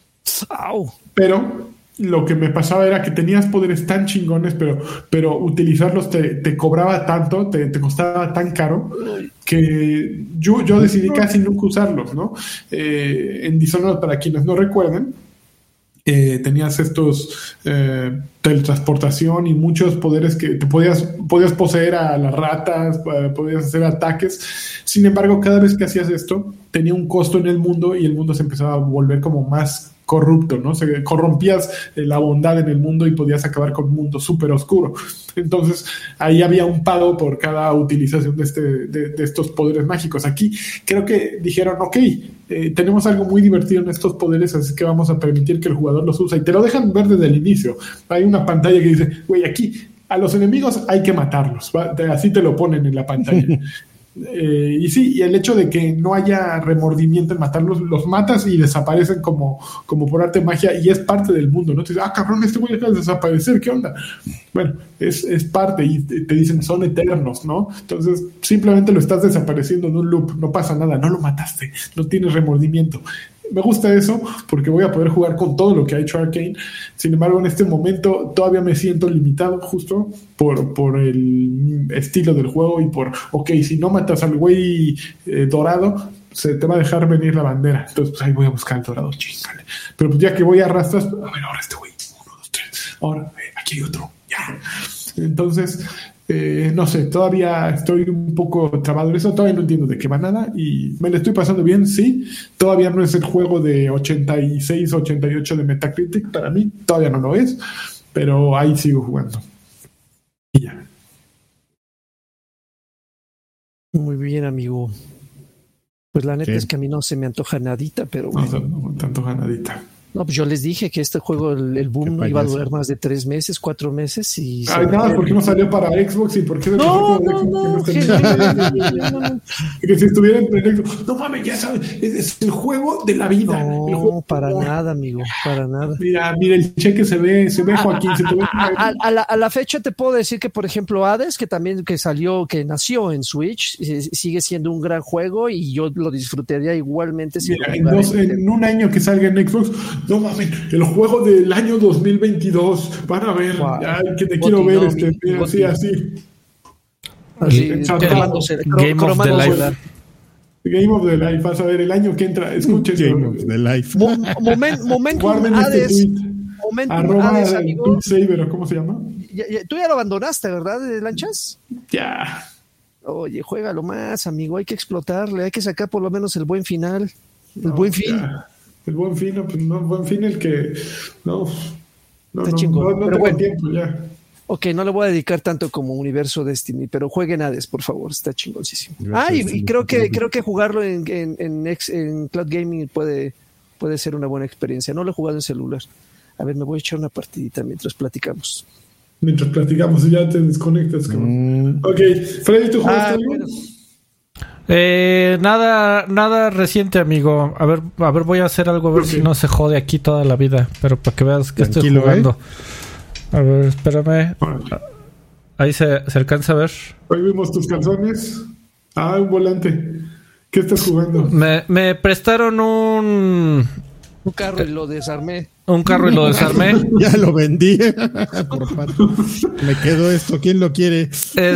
pero lo que me pasaba era que tenías poderes tan chingones, pero utilizarlos te cobraba tanto, te costaba tan caro, que yo decidí casi nunca usarlos, ¿no? En Dishonored, para quienes no recuerden, tenías estos teletransportación y muchos poderes que te podías poseer a las ratas, podías hacer ataques. Sin embargo, cada vez que hacías esto, tenía un costo en el mundo y el mundo se empezaba a volver como más corrupto, ¿no? Se corrompías la bondad en el mundo y podías acabar con un mundo súper oscuro. Entonces, ahí había un pago por cada utilización de estos poderes mágicos. Aquí creo que dijeron, tenemos algo muy divertido en estos poderes, así que vamos a permitir que el jugador los use. Y te lo dejan ver desde el inicio. Hay una pantalla que dice, güey, aquí a los enemigos hay que matarlos, ¿va? Así te lo ponen en la pantalla. Y sí, y el hecho de que no haya remordimiento en matarlos, los matas y desaparecen como por arte de magia, y es parte del mundo, ¿no? Te dicen, cabrón, este güey acaba de desaparecer, ¿qué onda? Bueno, es parte, y te dicen, son eternos, ¿no? Entonces, simplemente lo estás desapareciendo en un loop, no pasa nada, no lo mataste, no tienes remordimiento. Me gusta eso porque voy a poder jugar con todo lo que ha hecho Arcane. Sin embargo, en este momento todavía me siento limitado justo por el estilo del juego y si no matas al güey dorado, se te va a dejar venir la bandera. Entonces, pues ahí voy a buscar el dorado, chingale. Pero pues ya que voy a rastras, a ver, ahora este güey, 1, 2, 3, ahora aquí hay otro, ya. Entonces, no sé, todavía estoy un poco trabado en eso, todavía no entiendo de qué va nada y me lo estoy pasando bien, sí. Todavía no es el juego de 86, 88 de Metacritic, para mí todavía no lo es, pero ahí sigo jugando. Y ya. Muy bien, amigo. Pues la neta es que a mí no se me antoja nadita, pero bueno. No te antoja nadita. No, pues yo les dije que este juego, el boom, no iba a durar más de 3 meses, 4 meses y... nada, ¿por qué no salió para Xbox? ¿Y por qué no, que si estuviera en Xbox? No mames, ya sabes, es el juego de la vida. No, para nada, amigo, para nada. Mira, el cheque se ve, Joaquín. Se te ve a la fecha te puedo decir que, por ejemplo, Hades, que nació en Switch, sigue siendo un gran juego y yo lo disfrutaría igualmente. Mira, en un año que salga en Xbox, no mames, el juego del año 2022, van a ver, wow. Ay, que te quiero ver, así. Game of the Life. Game of the Life, vas a ver, el año que entra, escuchen. Game of the Life. Momentum Hades. Momentum Hades, amigo. Saber, ¿cómo se llama? Tú ya lo abandonaste, ¿verdad, Lanchas? Ya. Oye, juégalo más, amigo, hay que explotarle, hay que sacar por lo menos el buen final. Buen fin. El buen fin, pues no, buen fin el que no chingón. No tengo tiempo ya. Ok, no le voy a dedicar tanto como Universo Destiny, pero jueguen Hades, por favor, está chingoncísimo. Y creo que jugarlo en Cloud Gaming puede ser una buena experiencia. No lo he jugado en celular. A ver, me voy a echar una partidita mientras platicamos. Mientras platicamos y ya te desconectas. Ok, Freddy, ¿tú jugaste algo? Bueno. Nada reciente, amigo. A ver, voy a hacer algo, a ver si no se jode aquí toda la vida. Pero para que veas que estoy jugando. A ver, espérame. Ahí se alcanza a ver. Hoy vimos tus calzones. Un volante. ¿Qué estás jugando? Me prestaron un carro y lo desarmé. Ya lo vendí. Por pato. Me quedó esto. ¿Quién lo quiere?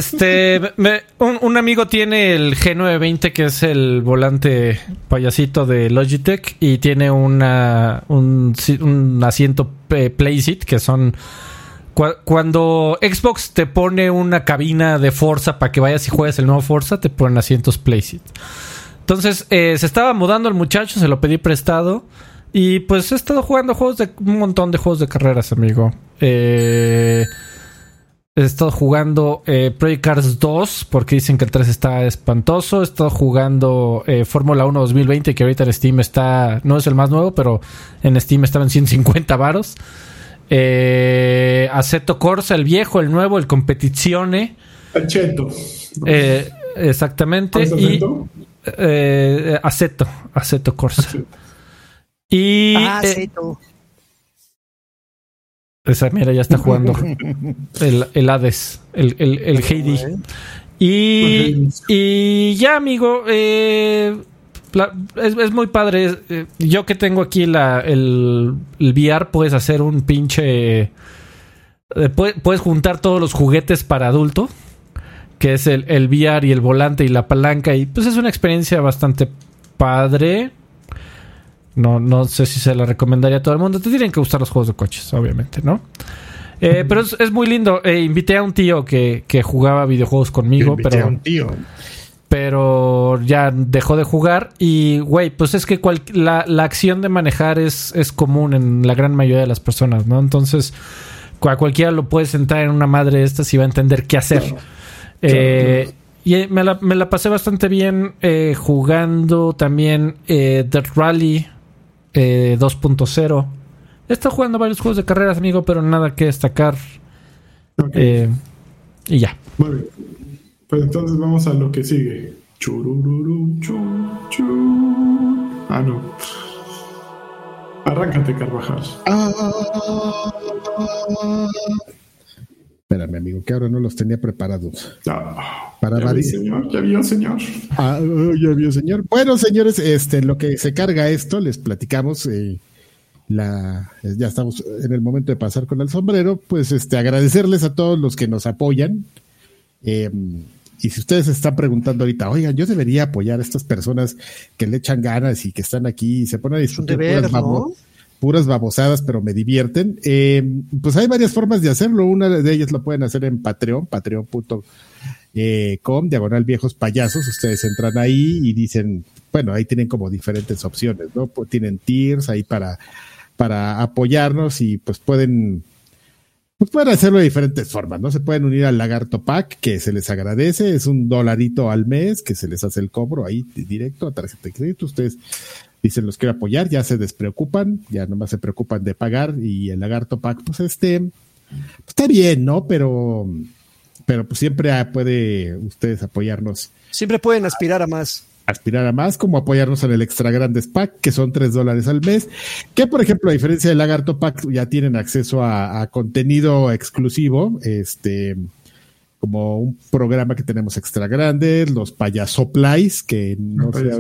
Un amigo tiene el G920, que es el volante payasito de Logitech, y tiene un asiento PlaySeat, que son... Cuando Xbox te pone una cabina de Forza para que vayas y juegues el nuevo Forza, te ponen asientos PlaySeat. Entonces, se estaba mudando el muchacho, se lo pedí prestado. Y pues he estado jugando un montón de juegos de carreras, amigo. He estado jugando Project Cars 2, porque dicen que el 3 está espantoso. He estado jugando Fórmula 1 2020, que ahorita en Steam no es el más nuevo, pero en Steam estaba en 150 varos. Assetto Corsa, el viejo, el nuevo, el Competizione. Aceto. Exactamente. Y Assetto Corsa. Y esa, mira, ya está jugando el Hades, el Heidi. Y ya, amigo, es muy padre. Yo que tengo aquí el VR, puedes hacer un pinche... puedes juntar todos los juguetes para adulto, que es el VR y el volante y la palanca, y pues es una experiencia bastante padre. No sé si se la recomendaría a todo el mundo. Te tienen que gustar los juegos de coches, obviamente, ¿no? Pero es muy lindo. Invité a un tío que jugaba videojuegos conmigo, pero ya dejó de jugar. Y, güey, pues es que la acción de manejar es común en la gran mayoría de las personas, ¿no? Entonces, a cualquiera lo puedes sentar en una madre de estas y va a entender qué hacer. Y me la pasé bastante bien jugando también Dirt Rally 2.0. He estado jugando varios juegos de carreras, amigo, pero nada que destacar. Y ya. Muy bien. Pues entonces vamos a lo que sigue. Churururu, no. Arráncate, Carvajal. Espérame, amigo, que ahora no los tenía preparados. Para ya vio, señor. Ya vio, señor. Bueno, señores, en lo que se carga esto, les platicamos. Ya estamos en el momento de pasar con el sombrero. Pues agradecerles a todos los que nos apoyan. Y si ustedes se están preguntando ahorita, oigan, yo debería apoyar a estas personas que le echan ganas y que están aquí y se ponen a discutir puras babosadas, pero me divierten. Pues hay varias formas de hacerlo. Una de ellas lo pueden hacer en Patreon, patreon.com/viejos-payasos. Ustedes entran ahí y dicen, bueno, ahí tienen como diferentes opciones, ¿no? Pues tienen tiers ahí para apoyarnos y pues pueden hacerlo de diferentes formas, ¿no? Se pueden unir al Lagarto Pack, que se les agradece, es $1 al mes, que se les hace el cobro ahí directo a tarjeta de crédito. Ustedes dicen, los quiero apoyar, ya se despreocupan, ya nomás se preocupan de pagar, y el Lagarto Pack, pues está bien, ¿no? Pero pues siempre puede ustedes apoyarnos. Siempre pueden aspirar a más. Como apoyarnos en el Extra Grandes Pack, que son $3 al mes, que por ejemplo, a diferencia del Lagarto Pack, ya tienen acceso a contenido exclusivo, como un programa que tenemos extra grande, los Payasoplies, que no sé.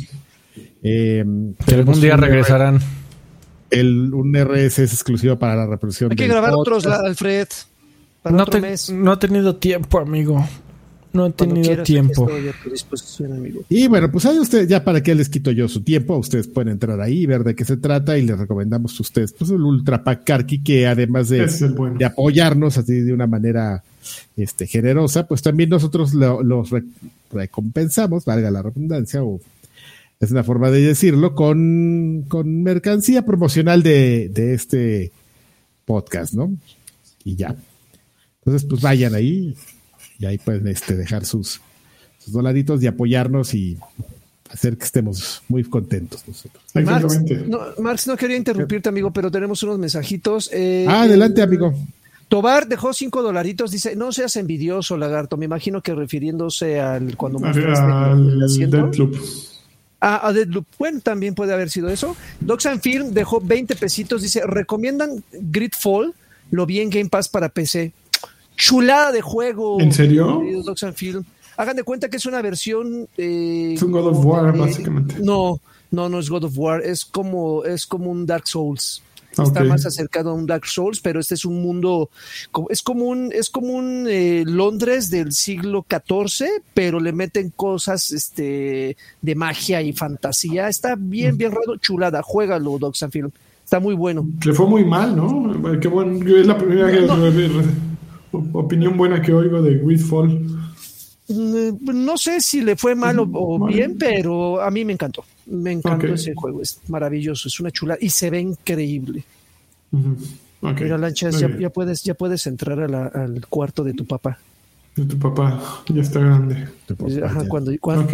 Algún día regresarán. Un RSS exclusivo para la reproducción. Hay que grabar podcast. Otros, Alfred. Para otro mes. No he tenido tiempo, amigo. No he tenido tiempo. Y bueno, pues ahí ustedes, ya para qué les quito yo su tiempo, ustedes pueden entrar ahí y ver de qué se trata, y les recomendamos a ustedes pues el Ultra Pack Karki, que además de apoyarnos así de una manera generosa, pues también nosotros los recompensamos, valga la redundancia, o es una forma de decirlo, con mercancía promocional de este podcast, ¿no? Y ya. Entonces, pues vayan ahí. Y ahí pueden dejar sus $dolaritos y apoyarnos y hacer que estemos muy contentos nosotros. Marx, no quería interrumpirte, amigo, pero tenemos unos mensajitos. Adelante, amigo. Tobar dejó $5, dice, no seas envidioso, Lagarto, me imagino que refiriéndose al cuando al Deathloop. A Deathloop, bueno, también puede haber sido eso. Doxan Film dejó 20 pesitos, dice, recomiendan Gridfall, lo vi en Game Pass para PC. Chulada de juego. ¿En serio? Hagan de cuenta que es una versión. Es un God of War, básicamente. No es God of War. Es como un Dark Souls. Está más acercado a un Dark Souls, pero este es un mundo. Es como un Londres del siglo XIV, pero le meten cosas de magia y fantasía. Está bien raro. Chulada. Juégalo, Doxan Film. Está muy bueno. Le fue muy mal, ¿no? Qué bueno. Es la primera opinión buena que oigo de Gridfall. No sé si le fue mal o bien, pero a mí me encantó. Me encantó ese juego, es maravilloso, es una chula y se ve increíble. Mira, Lanchas, ya puedes entrar al cuarto de tu papá. De tu papá, ya está grande. Ajá, cuando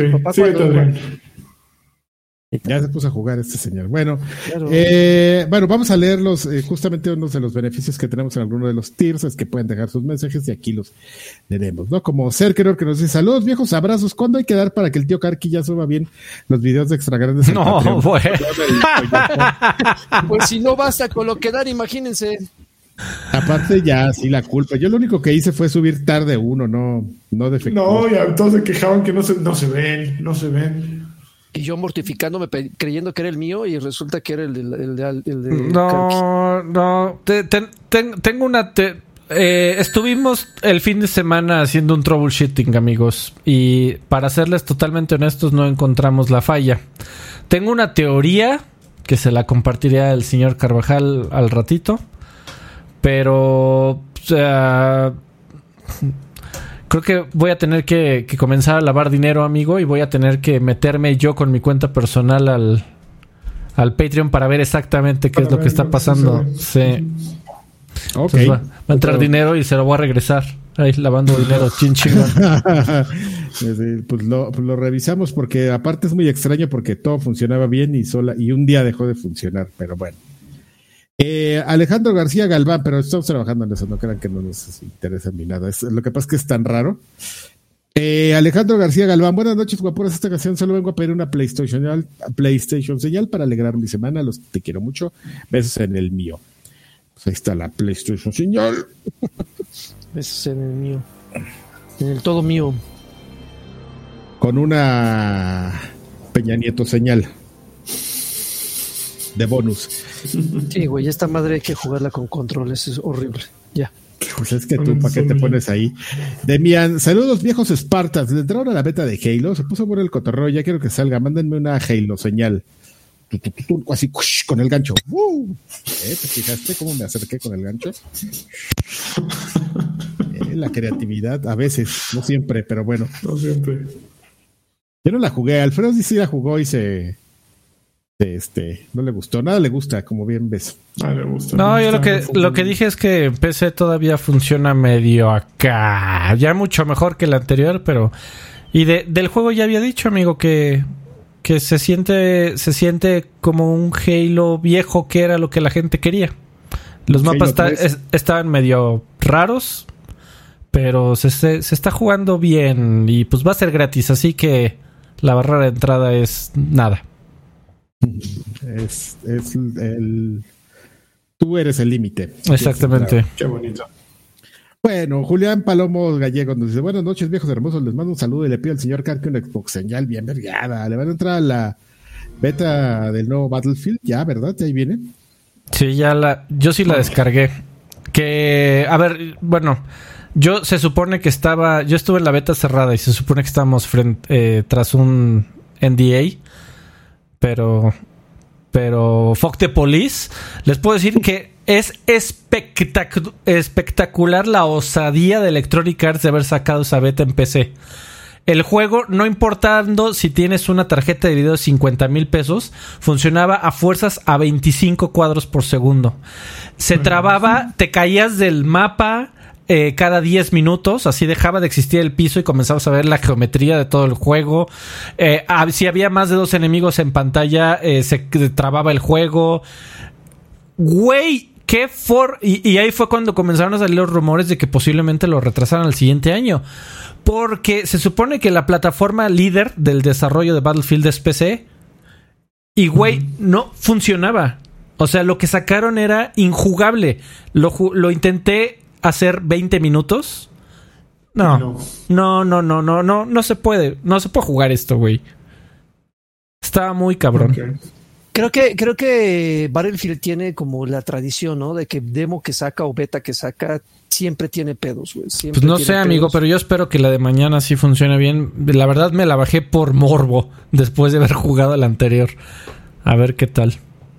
ya se puso a jugar señor. Bueno, claro. Bueno, vamos a leer justamente unos de los beneficios que tenemos en alguno de los tiers, es que pueden dejar sus mensajes y aquí los leeremos, ¿no? Como Serkenor, que nos dice, saludos viejos, abrazos, ¿cuándo hay que dar para que el tío Karki ya suba bien los videos de Extra Grandes? No, bueno. Pues si no basta con lo que dar, imagínense. Aparte ya, sí, la culpa. Yo lo único que hice fue subir tarde uno, no defectuoso. No, ya todos se quejaban que no se ven. Y yo mortificándome, creyendo que era el mío, y resulta que era el de No. Tengo una... estuvimos el fin de semana haciendo un troubleshooting, amigos. Y para serles totalmente honestos, no encontramos la falla. Tengo una teoría que se la compartiré al señor Carvajal al ratito. Pero... creo que voy a tener que comenzar a lavar dinero, amigo, y voy a tener que meterme yo con mi cuenta personal al Patreon para ver exactamente qué es lo que está pasando. Sí. Okay. Va a entrar dinero y se lo voy a regresar. Ahí lavando dinero, chingón. Pues lo revisamos porque aparte es muy extraño porque todo funcionaba bien y un día dejó de funcionar, pero bueno. Alejandro García Galván, pero estamos trabajando en eso, no crean que no nos interesa ni nada. Lo que pasa es que es tan raro. Alejandro García Galván, buenas noches, guapuras. Esta ocasión solo vengo a pedir una PlayStation señal para alegrar mi semana. Te quiero mucho. Besos en el mío. Pues ahí está la PlayStation señal. Besos en el mío. En el todo mío. Con una Peña Nieto señal de bonus. Sí, güey, esta madre hay que jugarla con controles, es horrible. Ya. Pues es que tú, ¿para qué te pones ahí? Demian, saludos viejos Spartans. Le entraron a la beta de Halo, se puso bueno el cotorreo, ya quiero que salga, mándenme una Halo señal. Así, con el gancho. ¿Te fijaste cómo me acerqué con el gancho? La creatividad, a veces, no siempre, pero bueno. No siempre. Yo no la jugué, Alfredo sí la jugó y no le gustó, nada le gusta, como bien ves. No le gusta. No, yo lo que dije es que en PC todavía funciona medio acá. Ya mucho mejor que el anterior, pero... Y del juego ya había dicho, amigo, que se siente como un Halo viejo, que era lo que la gente quería. Los mapas estaban medio raros, pero se está jugando bien y pues va a ser gratis, así que la barrera de entrada es nada. Tú eres el límite. Exactamente. Qué bonito. Bueno, Julián Palomo Gallego nos dice: buenas noches, viejos hermosos, les mando un saludo y le pido al señor Karki una Xbox señal bien vergada. Le van a entrar a la beta del nuevo Battlefield, ya, ¿verdad? ¿Ya ahí viene? Sí, yo sí la descargué. Que, a ver, bueno, se supone que yo estuve en la beta cerrada y se supone que estábamos tras un NDA. Pero fuck the police. Les puedo decir que es espectacular la osadía de Electronic Arts de haber sacado esa beta en PC. El juego, no importando si tienes una tarjeta de video de 50,000 pesos, funcionaba a fuerzas a 25 cuadros por segundo. Se trababa, te caías del mapa cada 10 minutos, así dejaba de existir el piso y comenzabas a ver la geometría de todo el juego. Si había más de 2 enemigos en pantalla, se trababa el juego. Güey, y ahí fue cuando comenzaron a salir los rumores de que posiblemente lo retrasaran al siguiente año. Porque se supone que la plataforma líder del desarrollo de Battlefield es PC. Y güey, no funcionaba. O sea, lo que sacaron era injugable. Lo intenté hacer 20 minutos. No se puede. No se puede jugar esto, güey. Estaba muy cabrón. Okay. Creo que Battlefield tiene como la tradición, ¿no? De que demo que saca o beta que saca siempre tiene pedos, güey. Pues no sé, amigo, pero yo espero que la de mañana sí funcione bien. La verdad me la bajé por morbo después de haber jugado la anterior. A ver qué tal.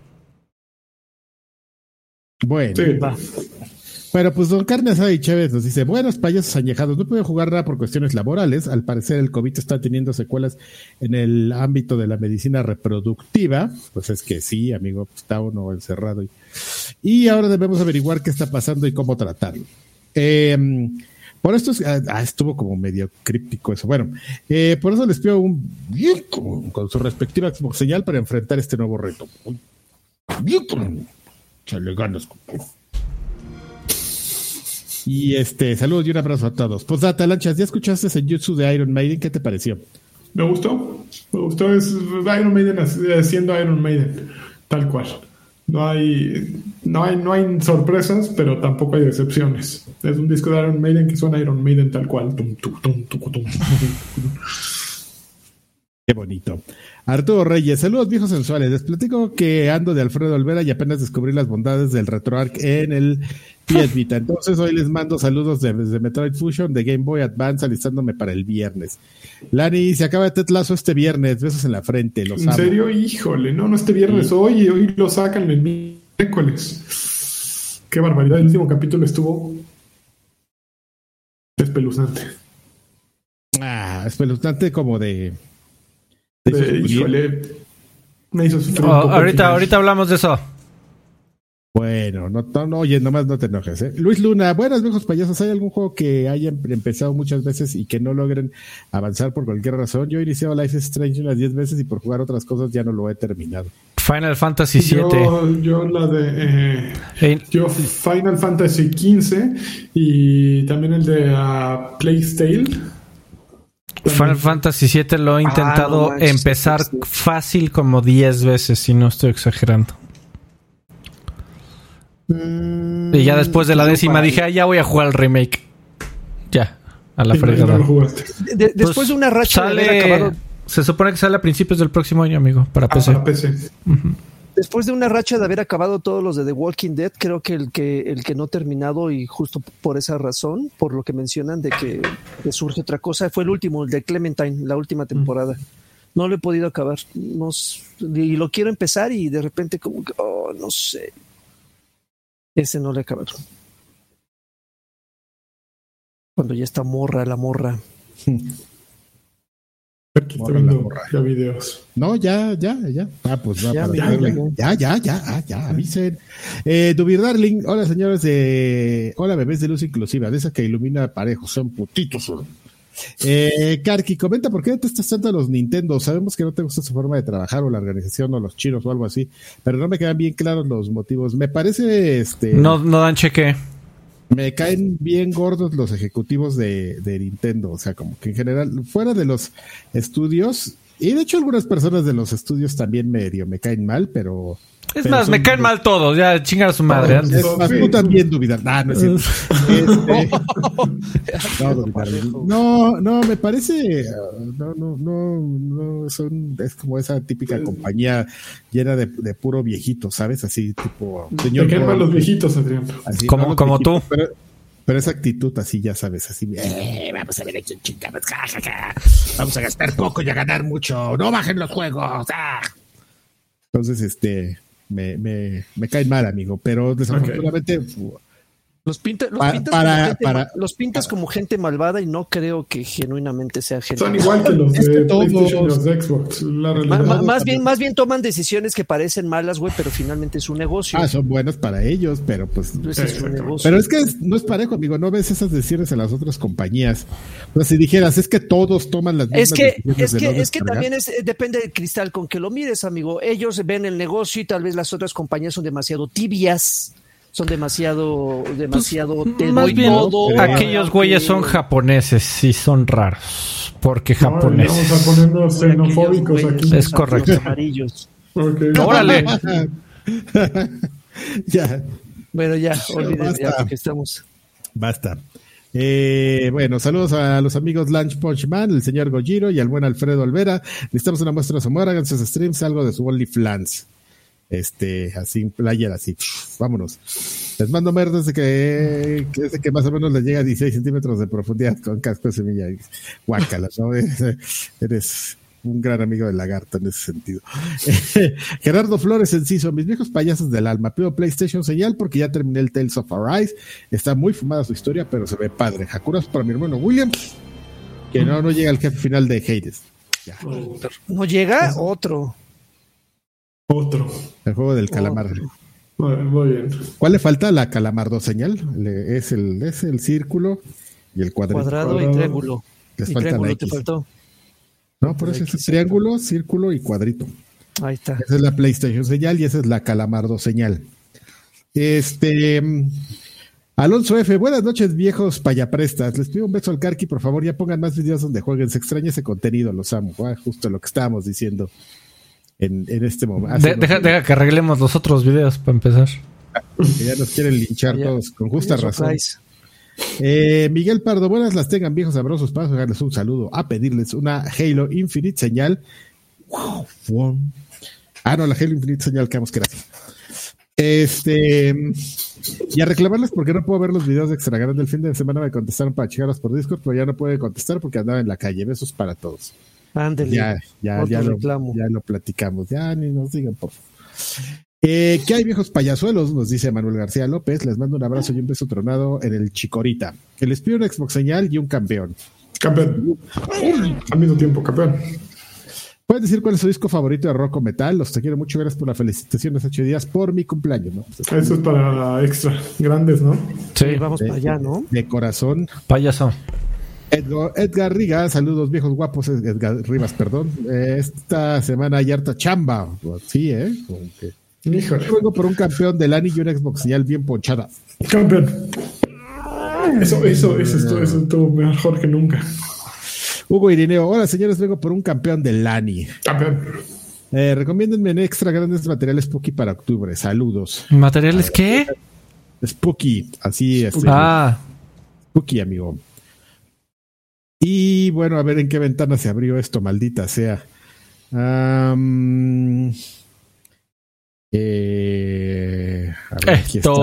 Bueno, sí. Va. Bueno, pues don Carne Asada y Chévez nos dice: buenos payasos añejados, no pude jugar nada por cuestiones laborales. Al parecer el COVID está teniendo secuelas en el ámbito de la medicina reproductiva. Pues es que sí, amigo, está uno encerrado. Y ahora debemos averiguar qué está pasando y cómo tratarlo. Por esto estuvo como medio críptico eso. Bueno, por eso les pido con su respectiva Xbox señal para enfrentar este nuevo reto. Chale ganas, compadre. Y saludos y un abrazo a todos. Pues data, Lanchas, ¿ya escuchaste el jutsu de Iron Maiden? ¿Qué te pareció? Me gustó, es Iron Maiden siendo Iron Maiden, tal cual. No hay sorpresas, pero tampoco hay decepciones. Es un disco de Iron Maiden que suena Iron Maiden tal cual. Qué bonito. Arturo Reyes, saludos viejos sensuales. Les platico que ando de Alfredo Olvera y apenas descubrí las bondades del RetroArch en el PS Vita. Entonces hoy les mando saludos desde Metroid Fusion de Game Boy Advance, alistándome para el viernes. Lani, se acaba Ted Lasso este viernes, besos en la frente, los amo. ¿En serio? Híjole, no este viernes, sí. Hoy lo sacan el miércoles. Qué barbaridad, el último capítulo estuvo espeluznante. Espeluznante como de híjole, me hizo sufrir. Ahorita hablamos de eso. Bueno, no, oye, nomás no te enojes, ¿eh? Luis Luna, buenas viejos payasos. ¿Hay algún juego que hayan empezado muchas veces y que no logren avanzar por cualquier razón? Yo he iniciado Life is Strange unas 10 veces y por jugar otras cosas ya no lo he terminado. Final Fantasy VII. Yo la de Final Fantasy XV y también el de Plague Tale. Final Fantasy VII lo he intentado empezar fácil como 10 veces, si no estoy exagerando. Y ya después de la 10ª dije, ya voy a jugar el remake. Ya, a la fregada. Después de una racha de haber acabado... Se supone que sale a principios del próximo año, amigo, para PC. Para PC. Uh-huh. Después de una racha de haber acabado todos los de The Walking Dead, creo que el que no ha terminado, y justo por esa razón, por lo que mencionan de que surge otra cosa, fue el último, el de Clementine, la última temporada. No lo he podido acabar. Y lo quiero empezar y de repente como que, no sé. Ese no lo he acabado. Cuando ya está la morra. Aquí estoy viendo ya videos. No, ya. Pues va ya, avisen. Dubir Darling, hola señores hola bebés de luz inclusiva, de esa que ilumina parejos, son putitos. Karki, comenta por qué detestas tanto a los Nintendo. Sabemos que no te gusta su forma de trabajar o la organización o los chinos o algo así, pero no me quedan bien claros los motivos. Me parece no dan cheque. Me caen bien gordos los ejecutivos de Nintendo, o sea, como que en general, fuera de los estudios, y de hecho algunas personas de los estudios también me caen mal, pero... Es más, me caen mal todos, ya chingar a su madre. Es más, tú también, Dubidar. No es cierto. No, me parece... No, es como esa típica compañía llena de puro viejito, ¿sabes? Así, tipo... Señor, me caen mal los viejitos, Adrián. Así, como tú. Pero esa actitud así, ya sabes, así... vamos a ver aquí chingados, vamos a gastar poco y a ganar mucho. No bajen los juegos. Entonces, me caen mal, amigo, pero desafortunadamente... Los pintas como gente malvada y no creo que genuinamente sea gente Son igual que los de PlayStation y los de Xbox. Más bien toman decisiones que parecen malas, güey, pero finalmente es un negocio. Son buenas para ellos, pero pues... es un negocio. Pero es que no es parejo, amigo. No ves esas decisiones en las otras compañías. O sea, si dijeras, es que todos toman las mismas decisiones. Es que también depende del cristal con que lo mires, amigo. Ellos ven el negocio y tal vez las otras compañías son demasiado tibias. Son demasiado más bien todo. Aquellos güeyes son japoneses, sí son raros, porque japoneses. Vamos a ponernos xenofóbicos aquí. Es correcto. Amarillos. Okay. ¡Órale! Ya. Bueno, ya, olvídense, ya, porque estamos. Basta. Bueno, saludos a los amigos Lunch Punch Man, el señor Gojiro y al buen Alfredo Olvera. Necesitamos una muestra de su amor, hagan sus streams, algo de su OnlyFans. Así, player, así, vámonos. Les mando mer desde que más o menos les llega a 16 centímetros de profundidad con casco de semilla. Guácala, ¿no? Eres un gran amigo del lagarto en ese sentido. Gerardo Flores Enciso, mis viejos payasos del alma, pido PlayStation señal porque ya terminé el Tales of Arise. Está muy fumada su historia, pero se ve padre. Hakuras para mi hermano William, que no llega al jefe final de Hades. Ya. ¿No llega? Otro. El juego del calamar. Muy bien. ¿Cuál le falta? La calamardo señal. Es el círculo y el cuadrito. Cuadrado y triángulo. Les falta triángulo la X. ¿Te faltó? No, por eso es el triángulo, círculo y cuadrito. Ahí está. Esa es la PlayStation señal y esa es la calamardo señal. Alonso F, buenas noches, viejos payaprestas. Les pido un beso al Karki, por favor, ya pongan más videos donde jueguen. Se extraña ese contenido, los amo. Justo lo que estábamos diciendo. En este momento. Deja que arreglemos los otros videos para empezar. Que ya nos quieren linchar todos, con justa razón. Miguel Pardo, buenas las tengan, viejos sabrosos. Para dejarles un saludo, a pedirles una Halo Infinite señal. No, la Halo Infinite señal que vamos que era así. Y a reclamarles porque no puedo ver los videos de Extra Grande. El fin de semana me contestaron para checarlos por Discord, pero ya no puede contestar porque andaba en la calle. Besos para todos. Ándale, ya lo platicamos. Ya ni nos digan, por favor. ¿Qué hay, viejos payasuelos? Nos dice Manuel García López. Les mando un abrazo y un beso tronado en el Chicorita. Que les pido un Xbox señal y un campeón. Campeón. Al mismo tiempo, campeón. ¿Pueden decir cuál es su disco favorito de rock o metal? Los te quiero mucho. Gracias por las felicitaciones 8 días por mi cumpleaños, ¿no? Eso es para extra grandes, ¿no? Sí, vamos para allá, ¿no? De corazón. Payaso. Edgar Riga, saludos viejos guapos, Edgar Rivas, perdón. Esta semana hay harta chamba. Sí, como que... Híjole. Luego por un campeón del ANI y una Xbox señal bien ponchada. Campeón. Eso estuvo mejor que nunca. Hugo Irineo, hola señores, vengo por un campeón del Lani. Campeón. Recomiéndenme en extra grandes materiales Spooky para octubre. Saludos. ¿Materiales qué? Spooky, así es. Spooky, amigo. Y bueno, a ver en qué ventana se abrió esto, maldita sea. A ver, aquí está.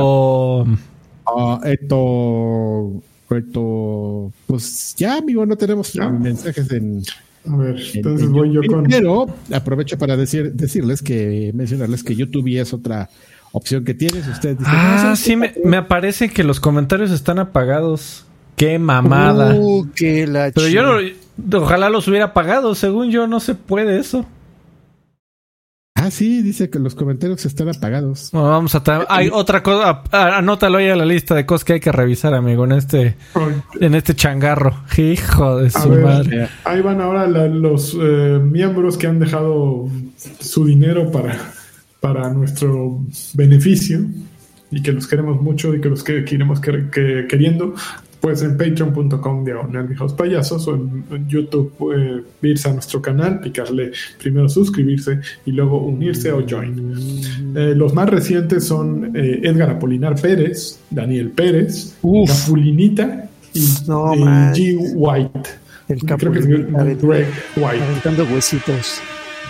Pues ya, amigo, no tenemos mensajes en... A ver, entonces voy yo con... Pero aprovecho para mencionarles que YouTube es otra opción que tienes. Ustedes dicen, sí, me aparece que los comentarios están apagados. ¡Qué mamada! Pero yo ojalá los hubiera apagado. Según yo, no se puede eso. Sí, dice que los comentarios están apagados. Bueno, vamos a... Hay otra cosa. Anótalo ahí a la lista de cosas que hay que revisar, amigo, en este changarro. Hijo de su madre. Ahí van ahora los miembros que han dejado su dinero para nuestro beneficio y que los queremos mucho y que los queremos queriendo. Pues en patreon.com/viejospayasos o en YouTube irse a nuestro canal, picarle primero suscribirse y luego unirse o join. Los más recientes son Edgar Apolinar Pérez, Daniel Pérez, Capulinita y G. White. Creo que es Greg White. Aventando huesitos.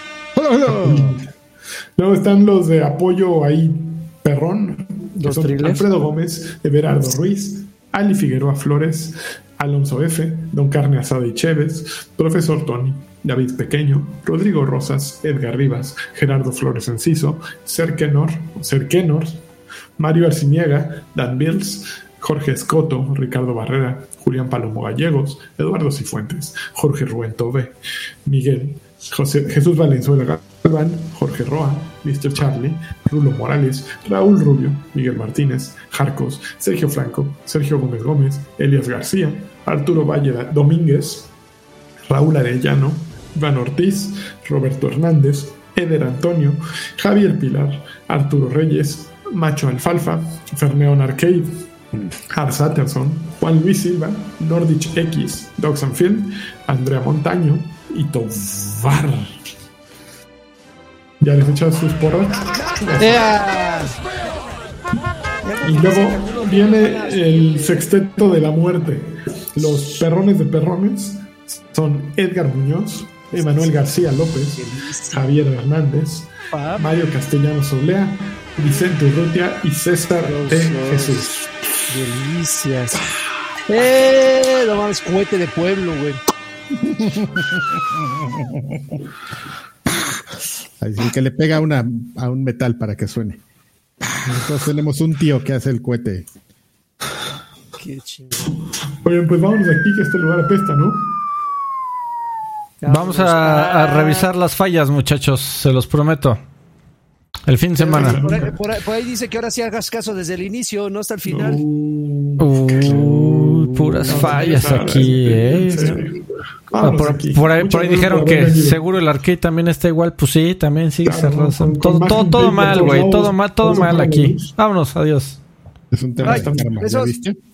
Luego están los de apoyo ahí perrón, que son Alfredo Gómez, Everardo Ruiz, Ali Figueroa Flores, Alonso F., Don Carne Asada y Chévez, Profesor Tony, David Pequeño, Rodrigo Rosas, Edgar Rivas, Gerardo Flores Enciso, Serkenor, Mario Arciniega, Dan Bills, Jorge Escoto, Ricardo Barrera, Julián Palomo Gallegos, Eduardo Cifuentes, Jorge Rubén Tobe, Miguel, Jesús Valenzuela Galván, Jorge Roa, Mr. Charlie, Rulo Morales, Raúl Rubio, Miguel Martínez, Jarcos, Sergio Franco, Sergio Gómez Gómez, Elias García, Arturo Valle Domínguez, Raúl Arellano, Iván Ortiz, Roberto Hernández, Eder Antonio, Javier Pilar, Arturo Reyes, Macho Alfalfa, Ferneon Arcade, Ars Atterson, Juan Luis Silva, Nordich X, Dogs and Film, Andrea Montaño y Tovar. ¿Ya les he echado sus porras? Y luego viene el sexteto de la muerte. Los perrones de perrones son Edgar Muñoz, Emanuel García López, Javier Hernández, Mario Castellanos Olea, Vicente Urrutia y César T. Jesús. Delicias. No mames, cohete de pueblo, güey. Así que le pega a un metal para que suene. Nosotros tenemos un tío que hace el cohete. Qué chingón. Oye, pues vámonos de aquí que este lugar apesta, ¿no? Vamos a revisar las fallas, muchachos, se los prometo. El fin de semana. Por ahí dice que ahora sí hagas caso desde el inicio, no hasta el final. Puras fallas aquí, por ahí dijeron que seguro el arcade también está igual. Pues sí, también sí. Todo mal, güey. Todo mal aquí. Vámonos, adiós. Es un tema de ¿viste?